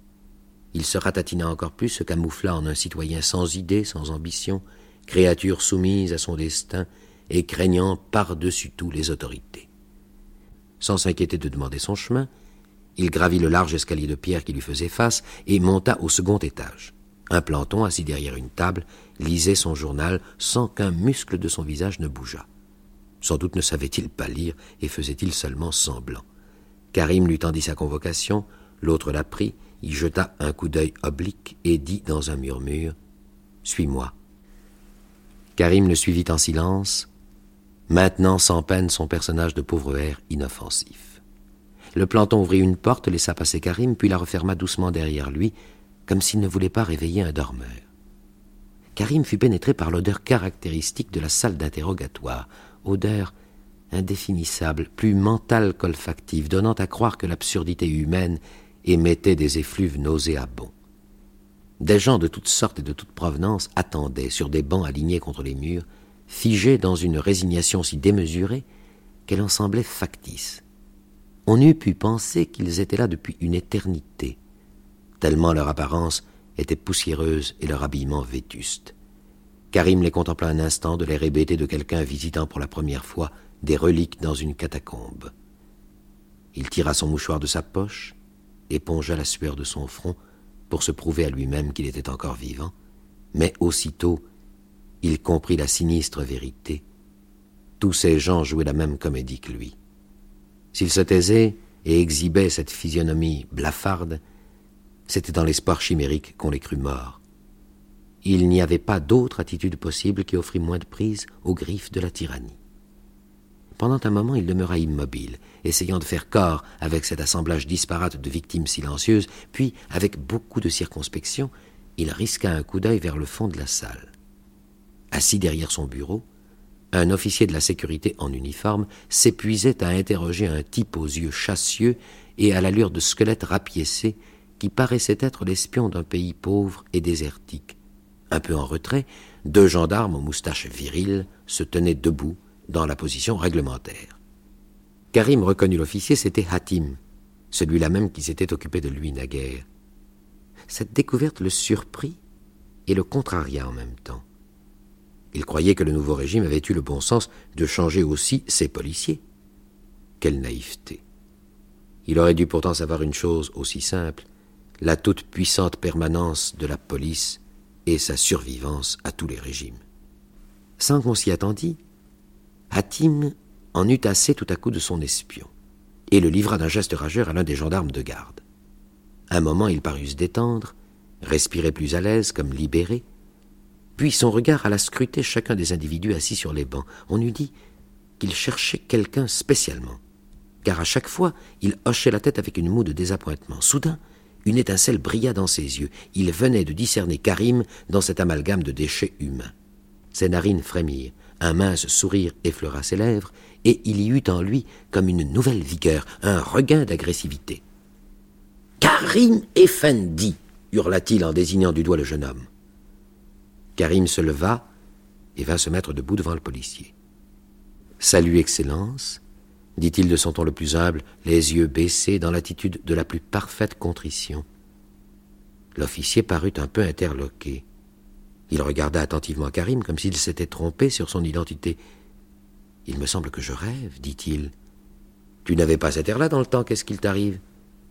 Il se ratatina encore plus, se camoufla en un citoyen sans idée, sans ambition, créature soumise à son destin et craignant par-dessus tout les autorités. Sans s'inquiéter de demander son chemin, il gravit le large escalier de pierre qui lui faisait face et monta au second étage. Un planton, assis derrière une table, lisait son journal sans qu'un muscle de son visage ne bougeât. Sans doute ne savait-il pas lire et faisait-il seulement semblant. Karim lui tendit sa convocation, l'autre la prit, y jeta un coup d'œil oblique et dit dans un murmure « Suis-moi ». Karim le suivit en silence, maintenant sans peine son personnage de pauvre air inoffensif. Le planton ouvrit une porte, laissa passer Karim, puis la referma doucement derrière lui, comme s'il ne voulait pas réveiller un dormeur. Karim fut pénétré par l'odeur caractéristique de la salle d'interrogatoire, odeur indéfinissable, plus mentale qu'olfactive, donnant à croire que l'absurdité humaine émettait des effluves nauséabonds. Des gens de toutes sortes et de toutes provenances attendaient sur des bancs alignés contre les murs, figés dans une résignation si démesurée qu'elle en semblait factice. On eût pu penser qu'ils étaient là depuis une éternité, tellement leur apparence était poussiéreuse et leur habillement vétuste. Karim les contempla un instant de l'air hébété de quelqu'un visitant pour la première fois des reliques dans une catacombe. Il tira son mouchoir de sa poche, épongea la sueur de son front pour se prouver à lui-même qu'il était encore vivant, mais aussitôt il comprit la sinistre vérité. Tous ces gens jouaient la même comédie que lui. S'il se taisait et exhibait cette physionomie blafarde, c'était dans l'espoir chimérique qu'on les crut morts. Il n'y avait pas d'autre attitude possible qui offrit moins de prise aux griffes de la tyrannie. Pendant un moment, il demeura immobile, essayant de faire corps avec cet assemblage disparate de victimes silencieuses, puis, avec beaucoup de circonspection, il risqua un coup d'œil vers le fond de la salle. Assis derrière son bureau, un officier de la sécurité en uniforme s'épuisait à interroger un type aux yeux chassieux et à l'allure de squelette rapiécé qui paraissait être l'espion d'un pays pauvre et désertique. Un peu en retrait, deux gendarmes aux moustaches viriles se tenaient debout dans la position réglementaire. Karim reconnut l'officier, c'était Hatim, celui-là même qui s'était occupé de lui naguère. Cette découverte le surprit et le contraria en même temps. Il croyait que le nouveau régime avait eu le bon sens de changer aussi ses policiers. Quelle naïveté! Il aurait dû pourtant savoir une chose aussi simple, la toute-puissante permanence de la police et sa survivance à tous les régimes. Sans qu'on s'y attendît, Hatim en eut assez tout à coup de son espion, et le livra d'un geste rageur à l'un des gendarmes de garde. Un moment, il parut se détendre, respirer plus à l'aise, comme libéré, puis son regard alla scruter chacun des individus assis sur les bancs. On eût dit qu'il cherchait quelqu'un spécialement, car à chaque fois, il hochait la tête avec une moue de désappointement. Soudain, une étincelle brilla dans ses yeux. Il venait de discerner Karim dans cet amalgame de déchets humains. Ses narines frémirent, un mince sourire effleura ses lèvres, et il y eut en lui comme une nouvelle vigueur, un regain d'agressivité. « Karim Effendi !» hurla-t-il en désignant du doigt le jeune homme. Karim se leva et vint se mettre debout devant le policier. « Salut, Excellence !» dit-il de son ton le plus humble, les yeux baissés dans l'attitude de la plus parfaite contrition. L'officier parut un peu interloqué. Il regarda attentivement Karim comme s'il s'était trompé sur son identité. « Il me semble que je rêve, dit-il. Tu n'avais pas cet air-là dans le temps, qu'est-ce qu'il t'arrive ?»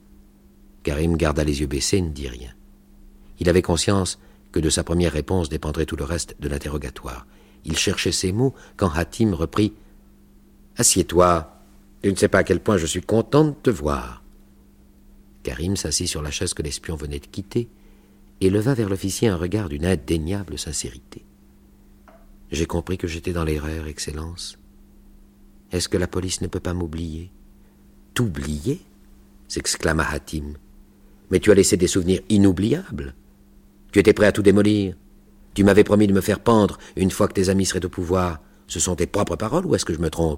Karim garda les yeux baissés et ne dit rien. Il avait conscience que de sa première réponse dépendrait tout le reste de l'interrogatoire. Il cherchait ses mots quand Hatim reprit « Assieds-toi, tu ne sais pas à quel point je suis content de te voir. » Karim s'assit sur la chaise que l'espion venait de quitter et leva vers l'officier un regard d'une indéniable sincérité. « J'ai compris que j'étais dans l'erreur, Excellence. Est-ce que la police ne peut pas m'oublier ?»« T'oublier » s'exclama Hatim. « Mais tu as laissé des souvenirs inoubliables. Tu étais prêt à tout démolir. Tu m'avais promis de me faire pendre une fois que tes amis seraient au pouvoir. Ce sont tes propres paroles ou est-ce que je me trompe ?»«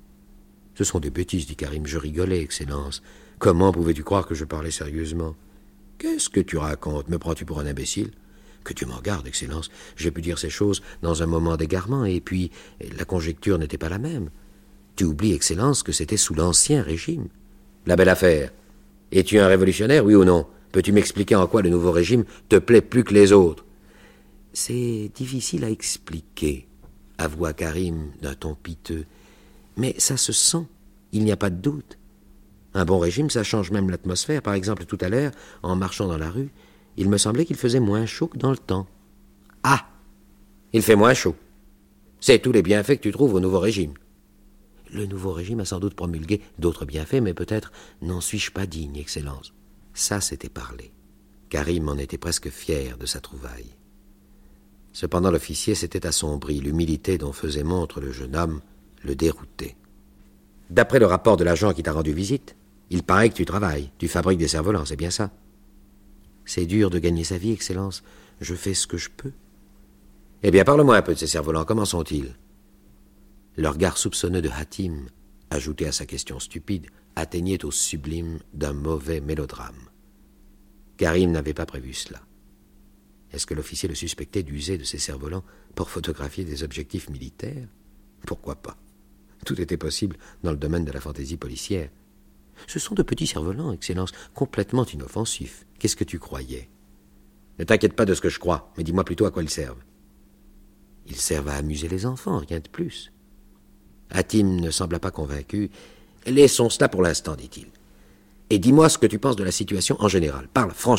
Ce sont des bêtises, dit Karim. Je rigolais, Excellence. Comment pouvais-tu croire que je parlais sérieusement ? Qu'est-ce que tu racontes ? Me prends-tu pour un imbécile ? Que Dieu m'en garde, Excellence. J'ai pu dire ces choses dans un moment d'égarement, et puis la conjecture n'était pas la même. Tu oublies, Excellence, que c'était sous l'Ancien Régime. La belle affaire. Es-tu un révolutionnaire, oui ou non? Peux-tu m'expliquer en quoi le nouveau régime te plaît plus que les autres? C'est difficile à expliquer, avoua Karim d'un ton piteux. Mais ça se sent, il n'y a pas de doute. Un bon régime, ça change même l'atmosphère. Par exemple, tout à l'heure, en marchant dans la rue, il me semblait qu'il faisait moins chaud que dans le temps. Ah! Il fait moins chaud. C'est tous les bienfaits que tu trouves au nouveau régime. Le nouveau régime a sans doute promulgué d'autres bienfaits, mais peut-être n'en suis-je pas digne, Excellence. Ça, c'était parlé. Karim en était presque fier de sa trouvaille. Cependant, l'officier s'était assombri. L'humilité dont faisait montre le jeune homme le déroutait. D'après le rapport de l'agent qui t'a rendu visite, il paraît que tu travailles, tu fabriques des cerfs-volants, c'est bien ça? C'est dur de gagner sa vie, Excellence. Je fais ce que je peux. Eh bien, parle-moi un peu de ces cerfs-volants. Comment sont-ils? Le regard soupçonneux de Hatim, ajouté à sa question stupide, atteignait au sublime d'un mauvais mélodrame. Karim n'avait pas prévu cela. Est-ce que l'officier le suspectait d'user de ses cerfs-volants pour photographier des objectifs militaires? Pourquoi pas? Tout était possible dans le domaine de la fantaisie policière. Ce sont de petits cerfs-volants, Excellence, complètement inoffensifs. Qu'est-ce que tu croyais? Ne t'inquiète pas de ce que je crois, mais dis-moi plutôt à quoi ils servent. Ils servent à amuser les enfants, rien de plus. Hatim ne sembla pas convaincu. « Laissons cela pour l'instant, dit-il. Et dis-moi ce que tu penses de la situation en général. Parle franchement. »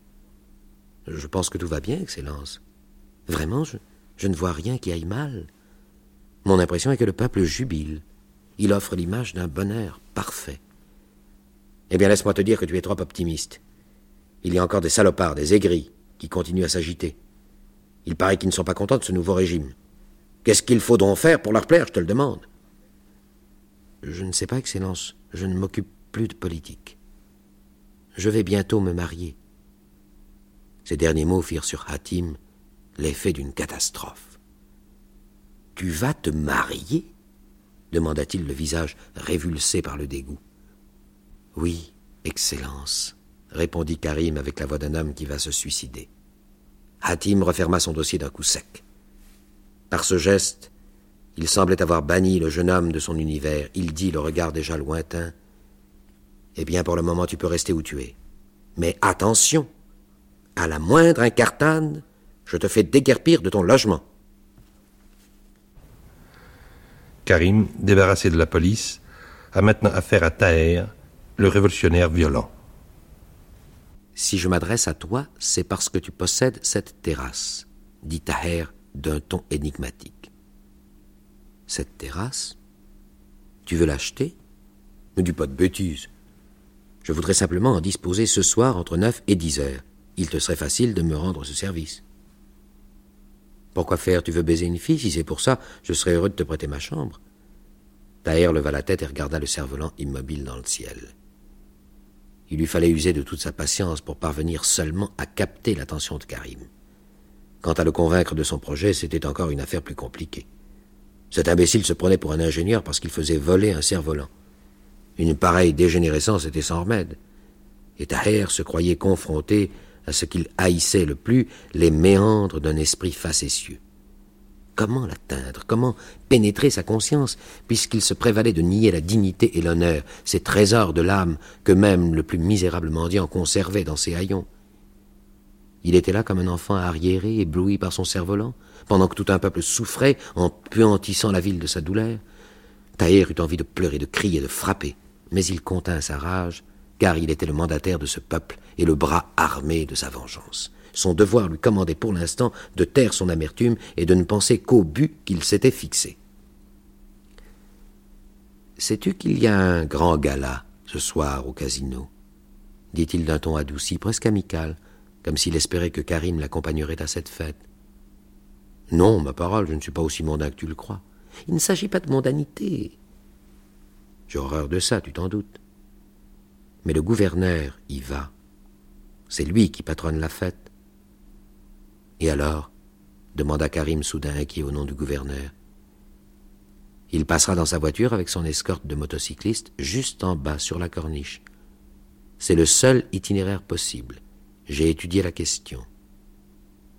Je pense que tout va bien, Excellence. Vraiment, je, je ne vois rien qui aille mal. Mon impression est que le peuple jubile. Il offre l'image d'un bonheur parfait. Eh bien, laisse-moi te dire que tu es trop optimiste. Il y a encore des salopards, des aigris, qui continuent à s'agiter. Il paraît qu'ils ne sont pas contents de ce nouveau régime. Qu'est-ce qu'il faut donc faire pour leur plaire, je te le demande? Je ne sais pas, Excellence. Je ne m'occupe plus de politique. Je vais bientôt me marier. Ces derniers mots firent sur Hatim l'effet d'une catastrophe. « Tu vas te marier » demanda-t-il, le visage révulsé par le dégoût. « Oui, Excellence » répondit Karim avec la voix d'un homme qui va se suicider. Hatim referma son dossier d'un coup sec. Par ce geste, il semblait avoir banni le jeune homme de son univers. Il dit, le regard déjà lointain, « Eh bien, pour le moment, tu peux rester où tu es. Mais attention, à la moindre incartade, je te fais déguerpir de ton logement. » Karim, débarrassé de la police, a maintenant affaire à Taher, le révolutionnaire violent. « Si je m'adresse à toi, c'est parce que tu possèdes cette terrasse, » dit Taher d'un ton énigmatique. « Cette terrasse? Tu veux l'acheter? Ne dis pas de bêtises. Je voudrais simplement en disposer ce soir entre neuf et dix heures. Il te serait facile de me rendre ce service. » Pourquoi faire? Tu veux baiser une fille? Si c'est pour ça, je serais heureux de te prêter ma chambre. Taher leva la tête et regarda le cerf-volant immobile dans le ciel. Il lui fallait user de toute sa patience pour parvenir seulement à capter l'attention de Karim. Quant à le convaincre de son projet, c'était encore une affaire plus compliquée. Cet imbécile se prenait pour un ingénieur parce qu'il faisait voler un cerf-volant. Une pareille dégénérescence était sans remède. Et Taher se croyait confronté à ce qu'il haïssait le plus, les méandres d'un esprit facétieux. Comment l'atteindre? Comment pénétrer sa conscience, puisqu'il se prévalait de nier la dignité et l'honneur, ces trésors de l'âme que même le plus misérable mendiant conservait dans ses haillons? Il était là comme un enfant arriéré, ébloui par son cerf-volant, pendant que tout un peuple souffrait en puantissant la ville de sa douleur. Taher eut envie de pleurer, de crier, de frapper, mais il contint sa rage, car il était le mandataire de ce peuple et le bras armé de sa vengeance. Son devoir lui commandait pour l'instant de taire son amertume et de ne penser qu'au but qu'il s'était fixé. « Sais-tu qu'il y a un grand gala ce soir au casino ?» dit-il d'un ton adouci, presque amical, comme s'il espérait que Karim l'accompagnerait à cette fête. « Non, ma parole, je ne suis pas aussi mondain que tu le crois. Il ne s'agit pas de mondanité. J'ai horreur de ça, tu t'en doutes. Mais le gouverneur y va. C'est lui qui patronne la fête. » « Et alors ?» demanda Karim soudain inquiet au nom du gouverneur. « Il passera dans sa voiture avec son escorte de motocyclistes juste en bas sur la corniche. C'est le seul itinéraire possible. J'ai étudié la question.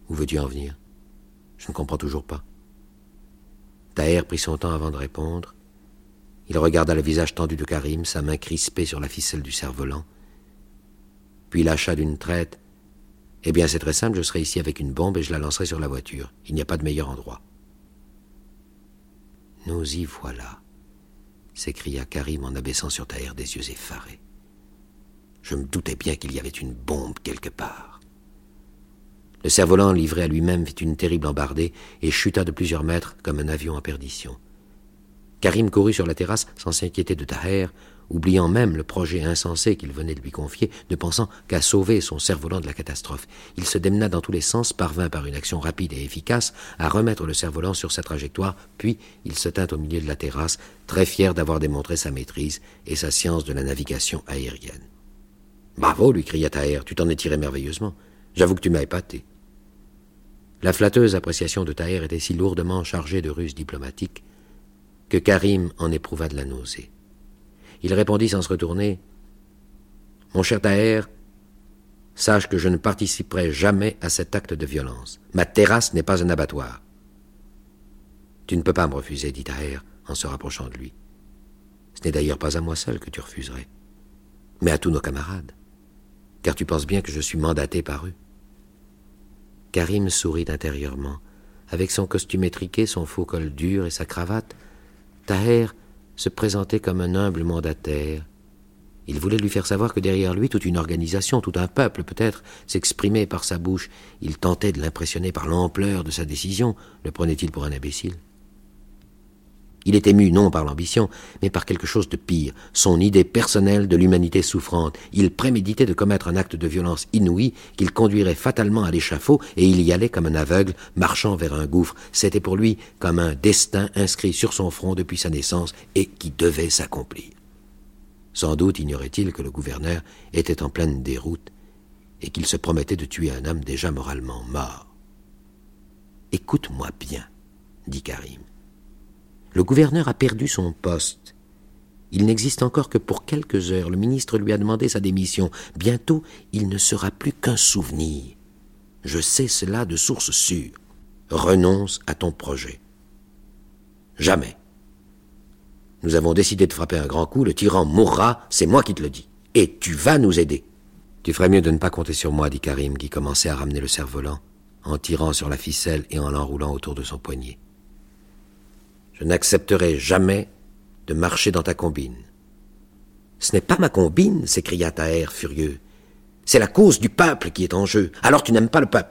Où veux-tu en venir? Je ne comprends toujours pas. Taher prit son temps avant de répondre. Il regarda le visage tendu de Karim, sa main crispée sur la ficelle du cerf-volant. Puis lâcha d'une traite. « Eh bien, c'est très simple, je serai ici avec une bombe et je la lancerai sur la voiture. Il n'y a pas de meilleur endroit. » « Nous y voilà !» s'écria Karim en abaissant sur Taher des yeux effarés. Je me doutais bien qu'il y avait une bombe quelque part. Le cerf-volant, livré à lui-même, fit une terrible embardée et chuta de plusieurs mètres comme un avion en perdition. Karim courut sur la terrasse sans s'inquiéter de Taher, oubliant même le projet insensé qu'il venait de lui confier, ne pensant qu'à sauver son cerf-volant de la catastrophe. Il se démena dans tous les sens, parvint par une action rapide et efficace à remettre le cerf-volant sur sa trajectoire, puis il se tint au milieu de la terrasse, très fier d'avoir démontré sa maîtrise et sa science de la navigation aérienne. « Bravo !» lui cria Taher, « tu t'en es tiré merveilleusement. J'avoue que tu m'as épaté. » La flatteuse appréciation de Taher était si lourdement chargée de ruses diplomatiques que Karim en éprouva de la nausée. Il répondit sans se retourner, « Mon cher Taher, sache que je ne participerai jamais à cet acte de violence. Ma terrasse n'est pas un abattoir. » « Tu ne peux pas me refuser, dit Taher en se rapprochant de lui. Ce n'est d'ailleurs pas à moi seul que tu refuserais, mais à tous nos camarades, car tu penses bien que je suis mandaté par eux. » Karim sourit intérieurement. Avec son costume étriqué, son faux col dur et sa cravate, Taher se présentait comme un humble mandataire. Il voulait lui faire savoir que derrière lui, toute une organisation, tout un peuple peut-être, s'exprimait par sa bouche. Il tentait de l'impressionner par l'ampleur de sa décision. Le prenait-il pour un imbécile? Il était ému non par l'ambition, mais par quelque chose de pire, son idée personnelle de l'humanité souffrante. Il préméditait de commettre un acte de violence inouï qu'il conduirait fatalement à l'échafaud, et il y allait comme un aveugle, marchant vers un gouffre. C'était pour lui comme un destin inscrit sur son front depuis sa naissance et qui devait s'accomplir. Sans doute ignorait-il que le gouverneur était en pleine déroute et qu'il se promettait de tuer un homme déjà moralement mort. « Écoute-moi bien, » dit Karim. Le gouverneur a perdu son poste. Il n'existe encore que pour quelques heures. Le ministre lui a demandé sa démission. Bientôt, il ne sera plus qu'un souvenir. Je sais cela de source sûre. Renonce à ton projet. Jamais. Nous avons décidé de frapper un grand coup. Le tyran mourra, c'est moi qui te le dis. Et tu vas nous aider. Tu ferais mieux de ne pas compter sur moi, dit Karim, qui commençait à ramener le cerf-volant, en tirant sur la ficelle et en l'enroulant autour de son poignet. Je n'accepterai jamais de marcher dans ta combine. « Ce n'est pas ma combine, » s'écria Taher furieux. « C'est la cause du peuple qui est en jeu. Alors tu n'aimes pas le peuple. »«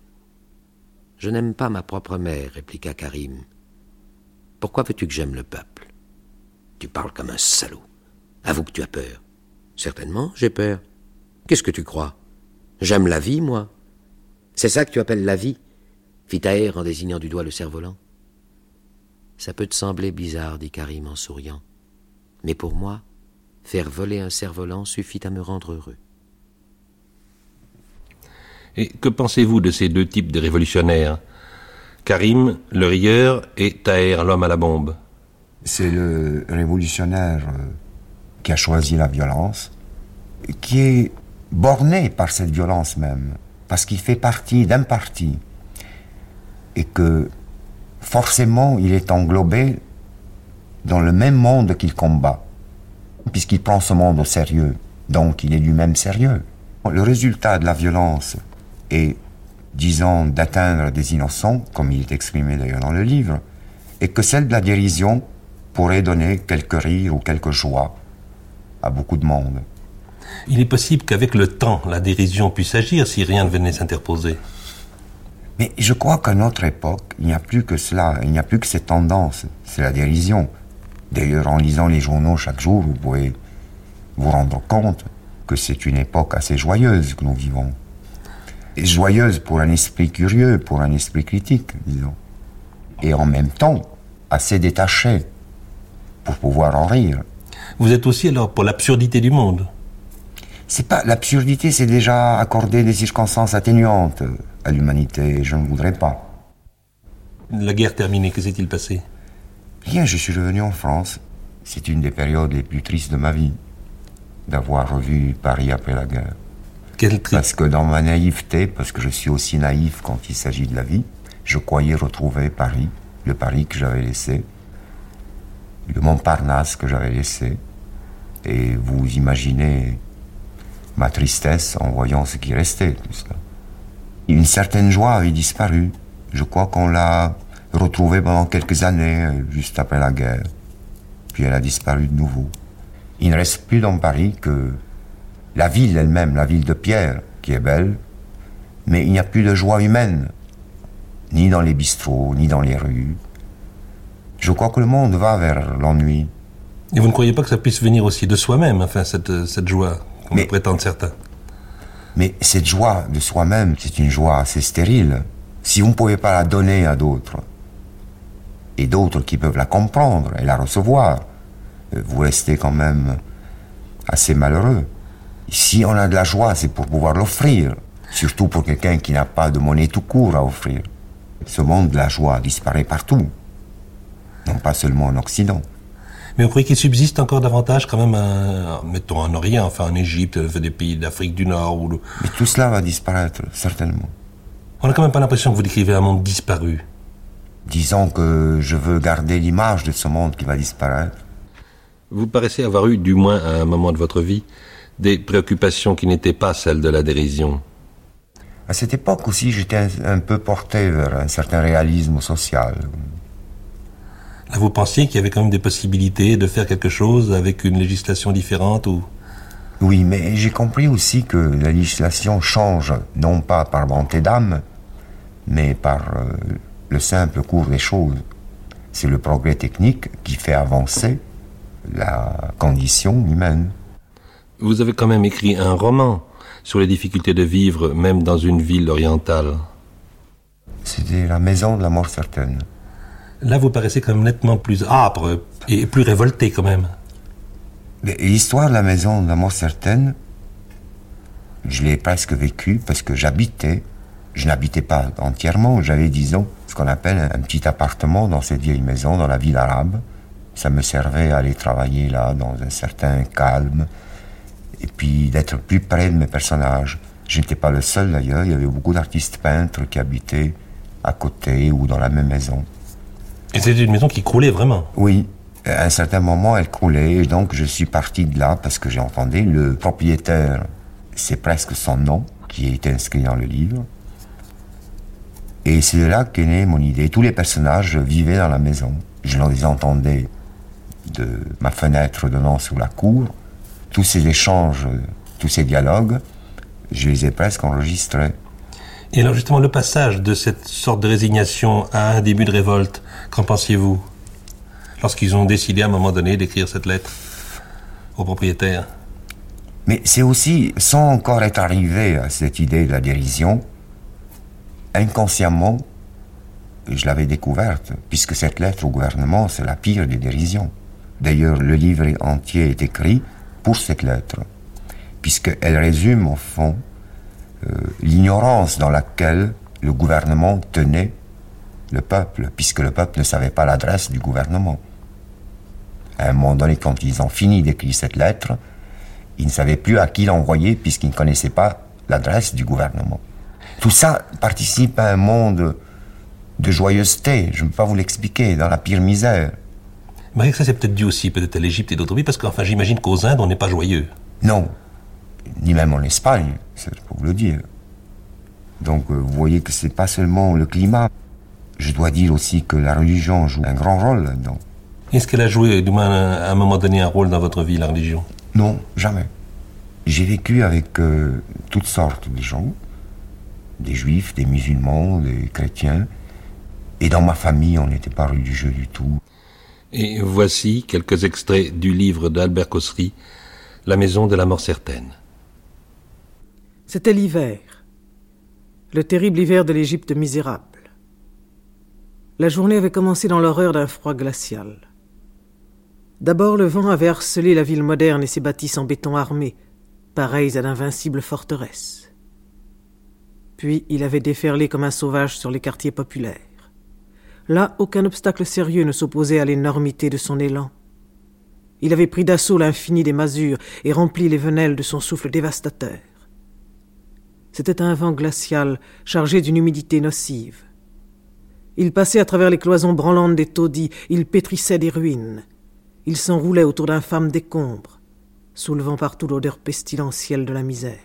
Je n'aime pas ma propre mère, » répliqua Karim. « Pourquoi veux-tu que j'aime le peuple? Tu parles comme un salaud. Avoue que tu as peur. »« Certainement, j'ai peur. Qu'est-ce que tu crois? J'aime la vie, moi. C'est ça que tu appelles la vie ?» fit Taher en désignant du doigt le cerf-volant. « Ça peut te sembler bizarre, dit Karim en souriant. Mais pour moi, faire voler un cerf-volant suffit à me rendre heureux. » Et que pensez-vous de ces deux types de révolutionnaires, Karim, le rieur, et Taher, l'homme à la bombe? C'est le révolutionnaire qui a choisi la violence, qui est borné par cette violence même, parce qu'il fait partie d'un parti, et que forcément, il est englobé dans le même monde qu'il combat, puisqu'il prend ce monde au sérieux, donc il est lui-même sérieux. Le résultat de la violence est, disons, d'atteindre des innocents, comme il est exprimé d'ailleurs dans le livre, et que celle de la dérision pourrait donner quelques rires ou quelques joies à beaucoup de monde. Il est possible qu'avec le temps, la dérision puisse agir si rien ne venait s'interposer. Mais je crois qu'à notre époque, il n'y a plus que cela, il n'y a plus que cette tendance, c'est la dérision. D'ailleurs, en lisant les journaux chaque jour, vous pouvez vous rendre compte que c'est une époque assez joyeuse que nous vivons. Et joyeuse pour un esprit curieux, pour un esprit critique, disons. Et en même temps, assez détaché pour pouvoir en rire. Vous êtes aussi alors pour l'absurdité du monde? C'est pas l'absurdité, c'est déjà accorder des circonstances atténuantes à l'humanité, je ne voudrais pas. La guerre terminée, que s'est-il passé? Rien, je suis revenu en France. C'est une des périodes les plus tristes de ma vie, d'avoir revu Paris après la guerre. Quel tri... Parce que dans ma naïveté, parce que je suis aussi naïf quand il s'agit de la vie, je croyais retrouver Paris, le Paris que j'avais laissé, le Montparnasse que j'avais laissé. Et vous imaginez ma tristesse en voyant ce qui restait, tout ça. Une certaine joie avait disparu. Je crois qu'on l'a retrouvée pendant quelques années, juste après la guerre. Puis elle a disparu de nouveau. Il ne reste plus dans Paris que la ville elle-même, la ville de pierre, qui est belle, mais il n'y a plus de joie humaine, ni dans les bistrots, ni dans les rues. Je crois que le monde va vers l'ennui. Et vous ne croyez pas que ça puisse venir aussi de soi-même, enfin, cette, cette joie, comme le prétendent certains? Mais cette joie de soi-même, c'est une joie assez stérile. Si vous ne pouvez pas la donner à d'autres, et d'autres qui peuvent la comprendre et la recevoir, vous restez quand même assez malheureux. Si on a de la joie, c'est pour pouvoir l'offrir, surtout pour quelqu'un qui n'a pas de monnaie tout court à offrir. Ce monde de la joie disparaît partout, non pas seulement en Occident. Mais vous croyez qu'il subsiste encore davantage quand même, un, mettons en Orient, enfin en Égypte, des pays d'Afrique du Nord ou le... Mais tout cela va disparaître, certainement. On n'a quand même pas l'impression que vous décrivez un monde disparu. Disons que je veux garder l'image de ce monde qui va disparaître. Vous paraissez avoir eu, du moins à un moment de votre vie, des préoccupations qui n'étaient pas celles de la dérision. À cette époque aussi, j'étais un, un peu porté vers un certain réalisme social. Là, vous pensiez qu'il y avait quand même des possibilités de faire quelque chose avec une législation différente ou... Oui, mais j'ai compris aussi que la législation change, non pas par bonté d'âme, mais par euh, le simple cours des choses. C'est le progrès technique qui fait avancer la condition humaine. Vous avez quand même écrit un roman sur les difficultés de vivre, même dans une ville orientale. C'était La maison de la mort certaine. Là, vous paraissez quand même nettement plus âpre et plus révolté quand même. L'histoire de la maison de la mort certaine, je l'ai presque vécue parce que j'habitais, je n'habitais pas entièrement, j'avais, disons, ce qu'on appelle un petit appartement dans cette vieille maison, dans la ville arabe. Ça me servait à aller travailler là, dans un certain calme, et puis d'être plus près de mes personnages. Je n'étais pas le seul d'ailleurs, il y avait beaucoup d'artistes peintres qui habitaient à côté ou dans la même maison. Et c'était une maison qui croulait vraiment? Oui, à un certain moment elle croulait, et donc je suis parti de là parce que j'ai entendu le propriétaire, c'est presque son nom qui est inscrit dans le livre. Et c'est de là qu'est née mon idée. Tous les personnages vivaient dans la maison. Je les entendais de ma fenêtre donnant sur la cour. Tous ces échanges, tous ces dialogues, je les ai presque enregistrés. Et alors justement, le passage de cette sorte de résignation à un début de révolte, qu'en pensiez-vous? Lorsqu'ils ont décidé à un moment donné d'écrire cette lettre au propriétaire. Mais c'est aussi, sans encore être arrivé à cette idée de la dérision, inconsciemment, je l'avais découverte, puisque cette lettre au gouvernement, c'est la pire des dérisions. D'ailleurs, le livre entier est écrit pour cette lettre, puisqu'elle résume, au fond, euh, l'ignorance dans laquelle le gouvernement tenait le peuple, puisque le peuple ne savait pas l'adresse du gouvernement. À un moment donné, quand ils ont fini d'écrire cette lettre, ils ne savaient plus à qui l'envoyer, puisqu'ils ne connaissaient pas l'adresse du gouvernement. Tout ça participe à un monde de joyeuseté, je ne peux pas vous l'expliquer, dans la pire misère. Mais ça, c'est peut-être dû aussi peut-être à l'Égypte et d'autres pays, parce qu'enfin, j'imagine qu'aux Indes, on n'est pas joyeux. Non, ni même en Espagne, c'est pour vous le dire. Donc, euh, vous voyez que c'est pas seulement le climat. Je dois dire aussi que la religion joue un grand rôle là-dedans. Est-ce qu'elle a joué, du moins, à un moment donné, un rôle dans votre vie, la religion? Non, jamais. J'ai vécu avec euh, toutes sortes de gens, des juifs, des musulmans, des chrétiens, et dans ma famille, on n'était pas religieux du tout. Et voici quelques extraits du livre d'Albert Cossery, La maison de la mort certaine. C'était l'hiver, le terrible hiver de l'Égypte misérable. La journée avait commencé dans l'horreur d'un froid glacial. D'abord, le vent avait harcelé la ville moderne et ses bâtisses en béton armé, pareilles à d'invincibles forteresses. Puis, il avait déferlé comme un sauvage sur les quartiers populaires. Là, aucun obstacle sérieux ne s'opposait à l'énormité de son élan. Il avait pris d'assaut l'infini des masures et rempli les venelles de son souffle dévastateur. C'était un vent glacial, chargé d'une humidité nocive. Il passait à travers les cloisons branlantes des taudis, il pétrissait des ruines. Il s'enroulait autour d'infâmes décombres, soulevant partout l'odeur pestilentielle de la misère.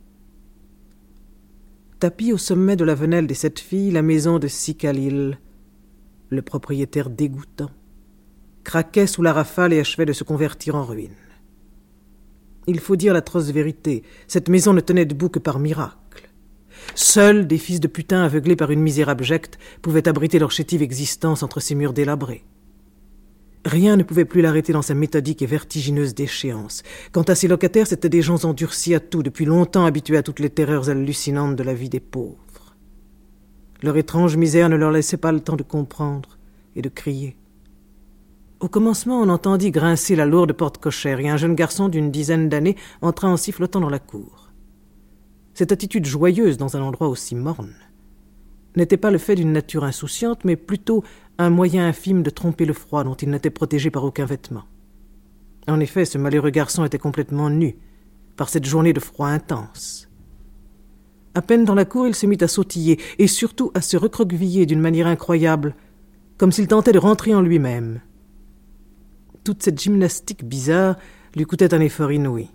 Tapie au sommet de la venelle des Sept Filles, la maison de Sikhalil, le propriétaire dégoûtant, craquait sous la rafale et achevait de se convertir en ruine. Il faut dire l'atroce vérité, cette maison ne tenait debout que par miracle. Seuls des fils de putain aveuglés par une misère abjecte pouvaient abriter leur chétive existence entre ces murs délabrés. Rien ne pouvait plus l'arrêter dans sa méthodique et vertigineuse déchéance. Quant à ses locataires, c'étaient des gens endurcis à tout, depuis longtemps habitués à toutes les terreurs hallucinantes de la vie des pauvres. Leur étrange misère ne leur laissait pas le temps de comprendre et de crier. Au commencement, on entendit grincer la lourde porte cochère et un jeune garçon d'une dizaine d'années entra en sifflotant dans la cour. Cette attitude joyeuse dans un endroit aussi morne n'était pas le fait d'une nature insouciante, mais plutôt un moyen infime de tromper le froid dont il n'était protégé par aucun vêtement. En effet, ce malheureux garçon était complètement nu par cette journée de froid intense. À peine dans la cour, il se mit à sautiller et surtout à se recroqueviller d'une manière incroyable, comme s'il tentait de rentrer en lui-même. Toute cette gymnastique bizarre lui coûtait un effort inouï.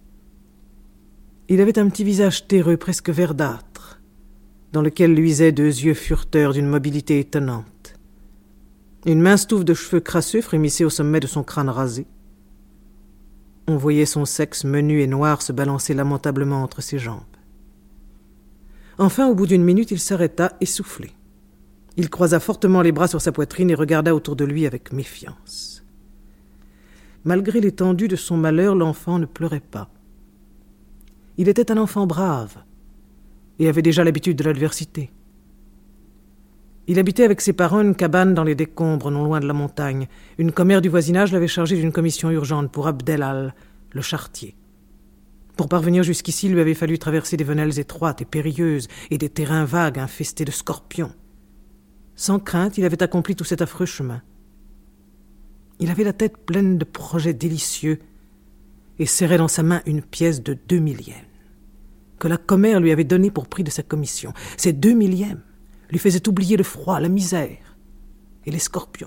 Il avait un petit visage terreux, presque verdâtre, dans lequel luisaient deux yeux fureteurs d'une mobilité étonnante. Une mince touffe de cheveux crasseux frémissait au sommet de son crâne rasé. On voyait son sexe menu et noir se balancer lamentablement entre ses jambes. Enfin, au bout d'une minute, il s'arrêta, essoufflé. Il croisa fortement les bras sur sa poitrine et regarda autour de lui avec méfiance. Malgré l'étendue de son malheur, l'enfant ne pleurait pas. Il était un enfant brave et avait déjà l'habitude de l'adversité. Il habitait avec ses parents une cabane dans les décombres, non loin de la montagne. Une commère du voisinage l'avait chargé d'une commission urgente pour Abdelal, le charretier. Pour parvenir jusqu'ici, il lui avait fallu traverser des venelles étroites et périlleuses et des terrains vagues infestés de scorpions. Sans crainte, il avait accompli tout cet affreux chemin. Il avait la tête pleine de projets délicieux et serrait dans sa main une pièce de deux millièmes que la commère lui avait donnée pour prix de sa commission. Ces deux millièmes lui faisaient oublier le froid, la misère et les scorpions.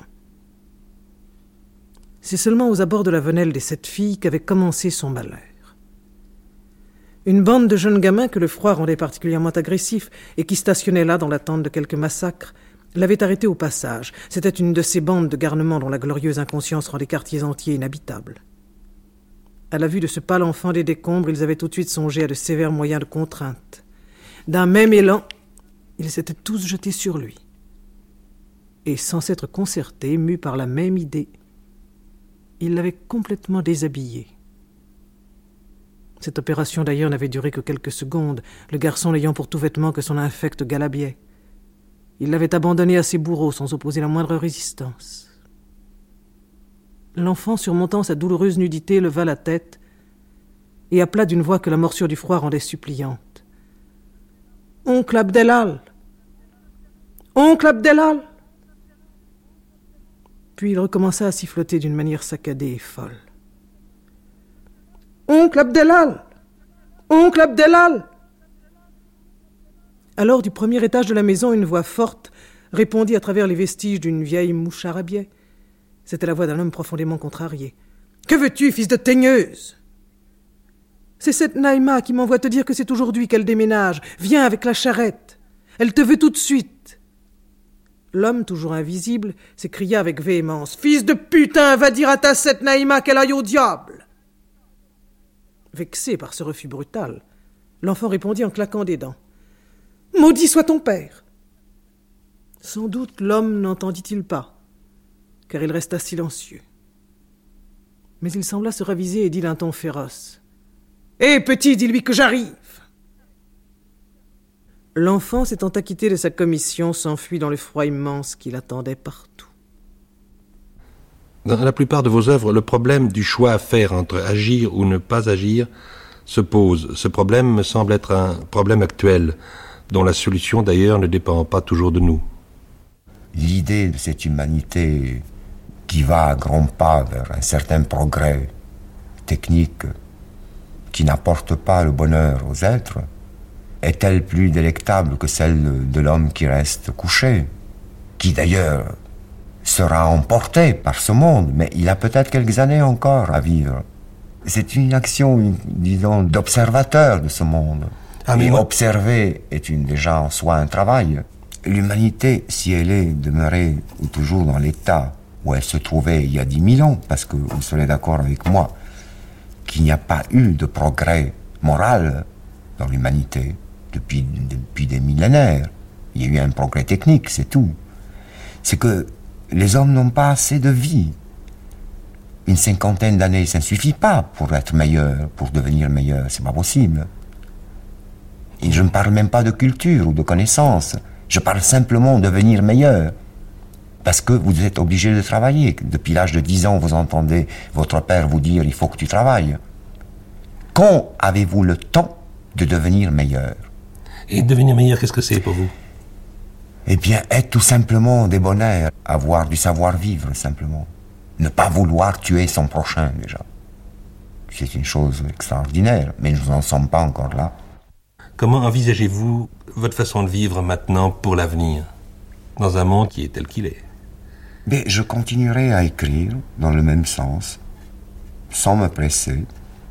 C'est seulement aux abords de la venelle des Sept Filles qu'avait commencé son malheur. Une bande de jeunes gamins que le froid rendait particulièrement agressifs et qui stationnaient là dans l'attente de quelque massacre l'avait arrêté au passage. C'était une de ces bandes de garnements dont la glorieuse inconscience rend des quartiers entiers inhabitables. À la vue de ce pâle enfant des décombres, ils avaient tout de suite songé à de sévères moyens de contrainte. D'un même élan, ils s'étaient tous jetés sur lui. Et sans s'être concertés, mus par la même idée, ils l'avaient complètement déshabillé. Cette opération d'ailleurs n'avait duré que quelques secondes, le garçon n'ayant pour tout vêtement que son infect galabiet. Il l'avait abandonné à ses bourreaux sans opposer la moindre résistance. L'enfant, surmontant sa douloureuse nudité, leva la tête et appela d'une voix que la morsure du froid rendait suppliante. « Oncle Abdelal! Oncle Abdelal !» Puis il recommença à siffloter d'une manière saccadée et folle. « Oncle Abdelal! Oncle Abdelal !» Alors, du premier étage de la maison, une voix forte répondit à travers les vestiges d'une vieille moucharabieh. C'était la voix d'un homme profondément contrarié. « Que veux-tu, fils de teigneuse ?»« C'est cette Naïma qui m'envoie te dire que c'est aujourd'hui qu'elle déménage. Viens avec la charrette. Elle te veut tout de suite. » L'homme, toujours invisible, s'écria avec véhémence. « Fils de putain, va dire à ta cette Naïma qu'elle aille au diable !» Vexé par ce refus brutal, l'enfant répondit en claquant des dents. « Maudit soit ton père !» Sans doute l'homme n'entendit-il pas, car il resta silencieux. Mais il sembla se raviser et dit d'un ton féroce. « Hé, petit, dis-lui que j'arrive !» L'enfant, s'étant acquitté de sa commission, s'enfuit dans le froid immense qui l'attendait partout. Dans la plupart de vos œuvres, le problème du choix à faire entre agir ou ne pas agir se pose. Ce problème me semble être un problème actuel, dont la solution d'ailleurs ne dépend pas toujours de nous. L'idée de cette humanité qui va à grands pas vers un certain progrès technique qui n'apporte pas le bonheur aux êtres est-elle plus délectable que celle de l'homme qui reste couché, qui d'ailleurs sera emporté par ce monde, mais il a peut-être quelques années encore à vivre. C'est une action, une, disons, d'observateur de ce monde. Ah, et moi... observer est une, déjà en soi un travail. L'humanité, si elle est demeurée ou toujours dans l'état où elle se trouvait il y a dix mille ans, parce que vous serez d'accord avec moi qu'il n'y a pas eu de progrès moral dans l'humanité depuis, depuis des millénaires. Il y a eu un progrès technique, c'est tout. C'est que les hommes n'ont pas assez de vie. Une cinquantaine d'années, ça ne suffit pas pour être meilleur, pour devenir meilleur, c'est pas possible. Et je ne parle même pas de culture ou de connaissances, je parle simplement de devenir meilleur. Parce que vous êtes obligé de travailler. Depuis l'âge de dix ans, vous entendez votre père vous dire « il faut que tu travailles ». Quand avez-vous le temps de devenir meilleur? Et devenir meilleur, qu'est-ce que c'est pour vous? Eh bien, être tout simplement débonnaire, avoir du savoir-vivre, simplement. Ne pas vouloir tuer son prochain, déjà. C'est une chose extraordinaire, mais nous n'en sommes pas encore là. Comment envisagez-vous votre façon de vivre maintenant pour l'avenir, dans un monde qui est tel qu'il est? Mais je continuerai à écrire dans le même sens, sans me presser,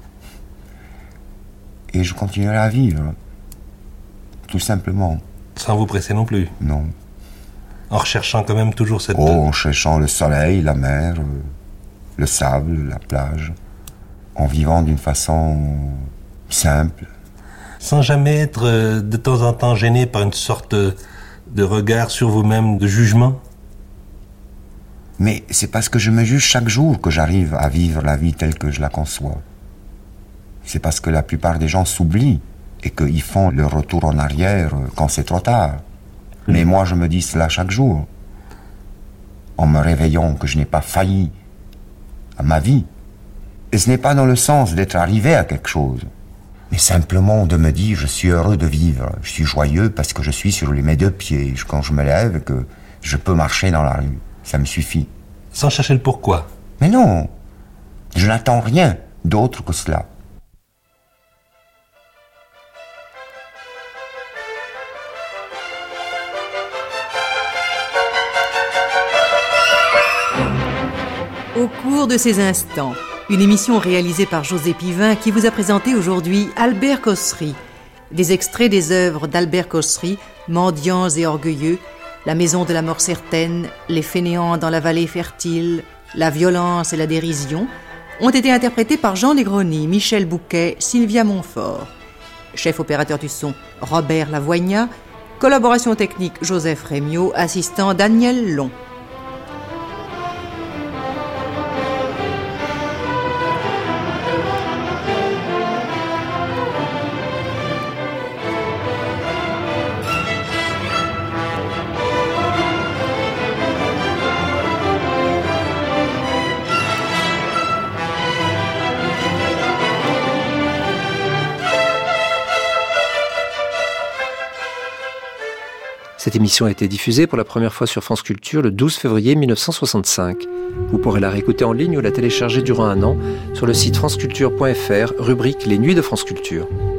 et je continuerai à vivre, tout simplement. Sans vous presser non plus? Non. En recherchant quand même toujours cette... Oh, en cherchant le soleil, la mer, le sable, la plage, en vivant d'une façon simple. Sans jamais être de temps en temps gêné par une sorte de regard sur vous-même, de jugement? Mais c'est parce que je me juge chaque jour que j'arrive à vivre la vie telle que je la conçois. C'est parce que la plupart des gens s'oublient et qu'ils font le retour en arrière quand c'est trop tard. Mmh. Mais moi, je me dis cela chaque jour, en me réveillant que je n'ai pas failli à ma vie. Et ce n'est pas dans le sens d'être arrivé à quelque chose, mais simplement de me dire je suis heureux de vivre, je suis joyeux parce que je suis sur mes deux pieds, quand je me lève, que je peux marcher dans la rue, ça me suffit. Sans chercher le pourquoi? Mais non, je n'attends rien d'autre que cela. Au cours de ces instants, une émission réalisée par José Pivin qui vous a présenté aujourd'hui Albert Cossery. Des extraits des œuvres d'Albert Cossery, Mendiants et orgueilleux, La maison de la mort certaine, Les fainéants dans la vallée fertile, La violence et la dérision, ont été interprétés par Jean Negroni, Michel Bouquet, Sylvia Montfort. Chef opérateur du son, Robert Lavoignat. Collaboration technique, Joseph Rémiot. Assistant, Daniel Long. Cette émission a été diffusée pour la première fois sur France Culture le douze février mille neuf cent soixante-cinq. Vous pourrez la réécouter en ligne ou la télécharger durant un an sur le site franceculture point f r, rubrique Les Nuits de France Culture.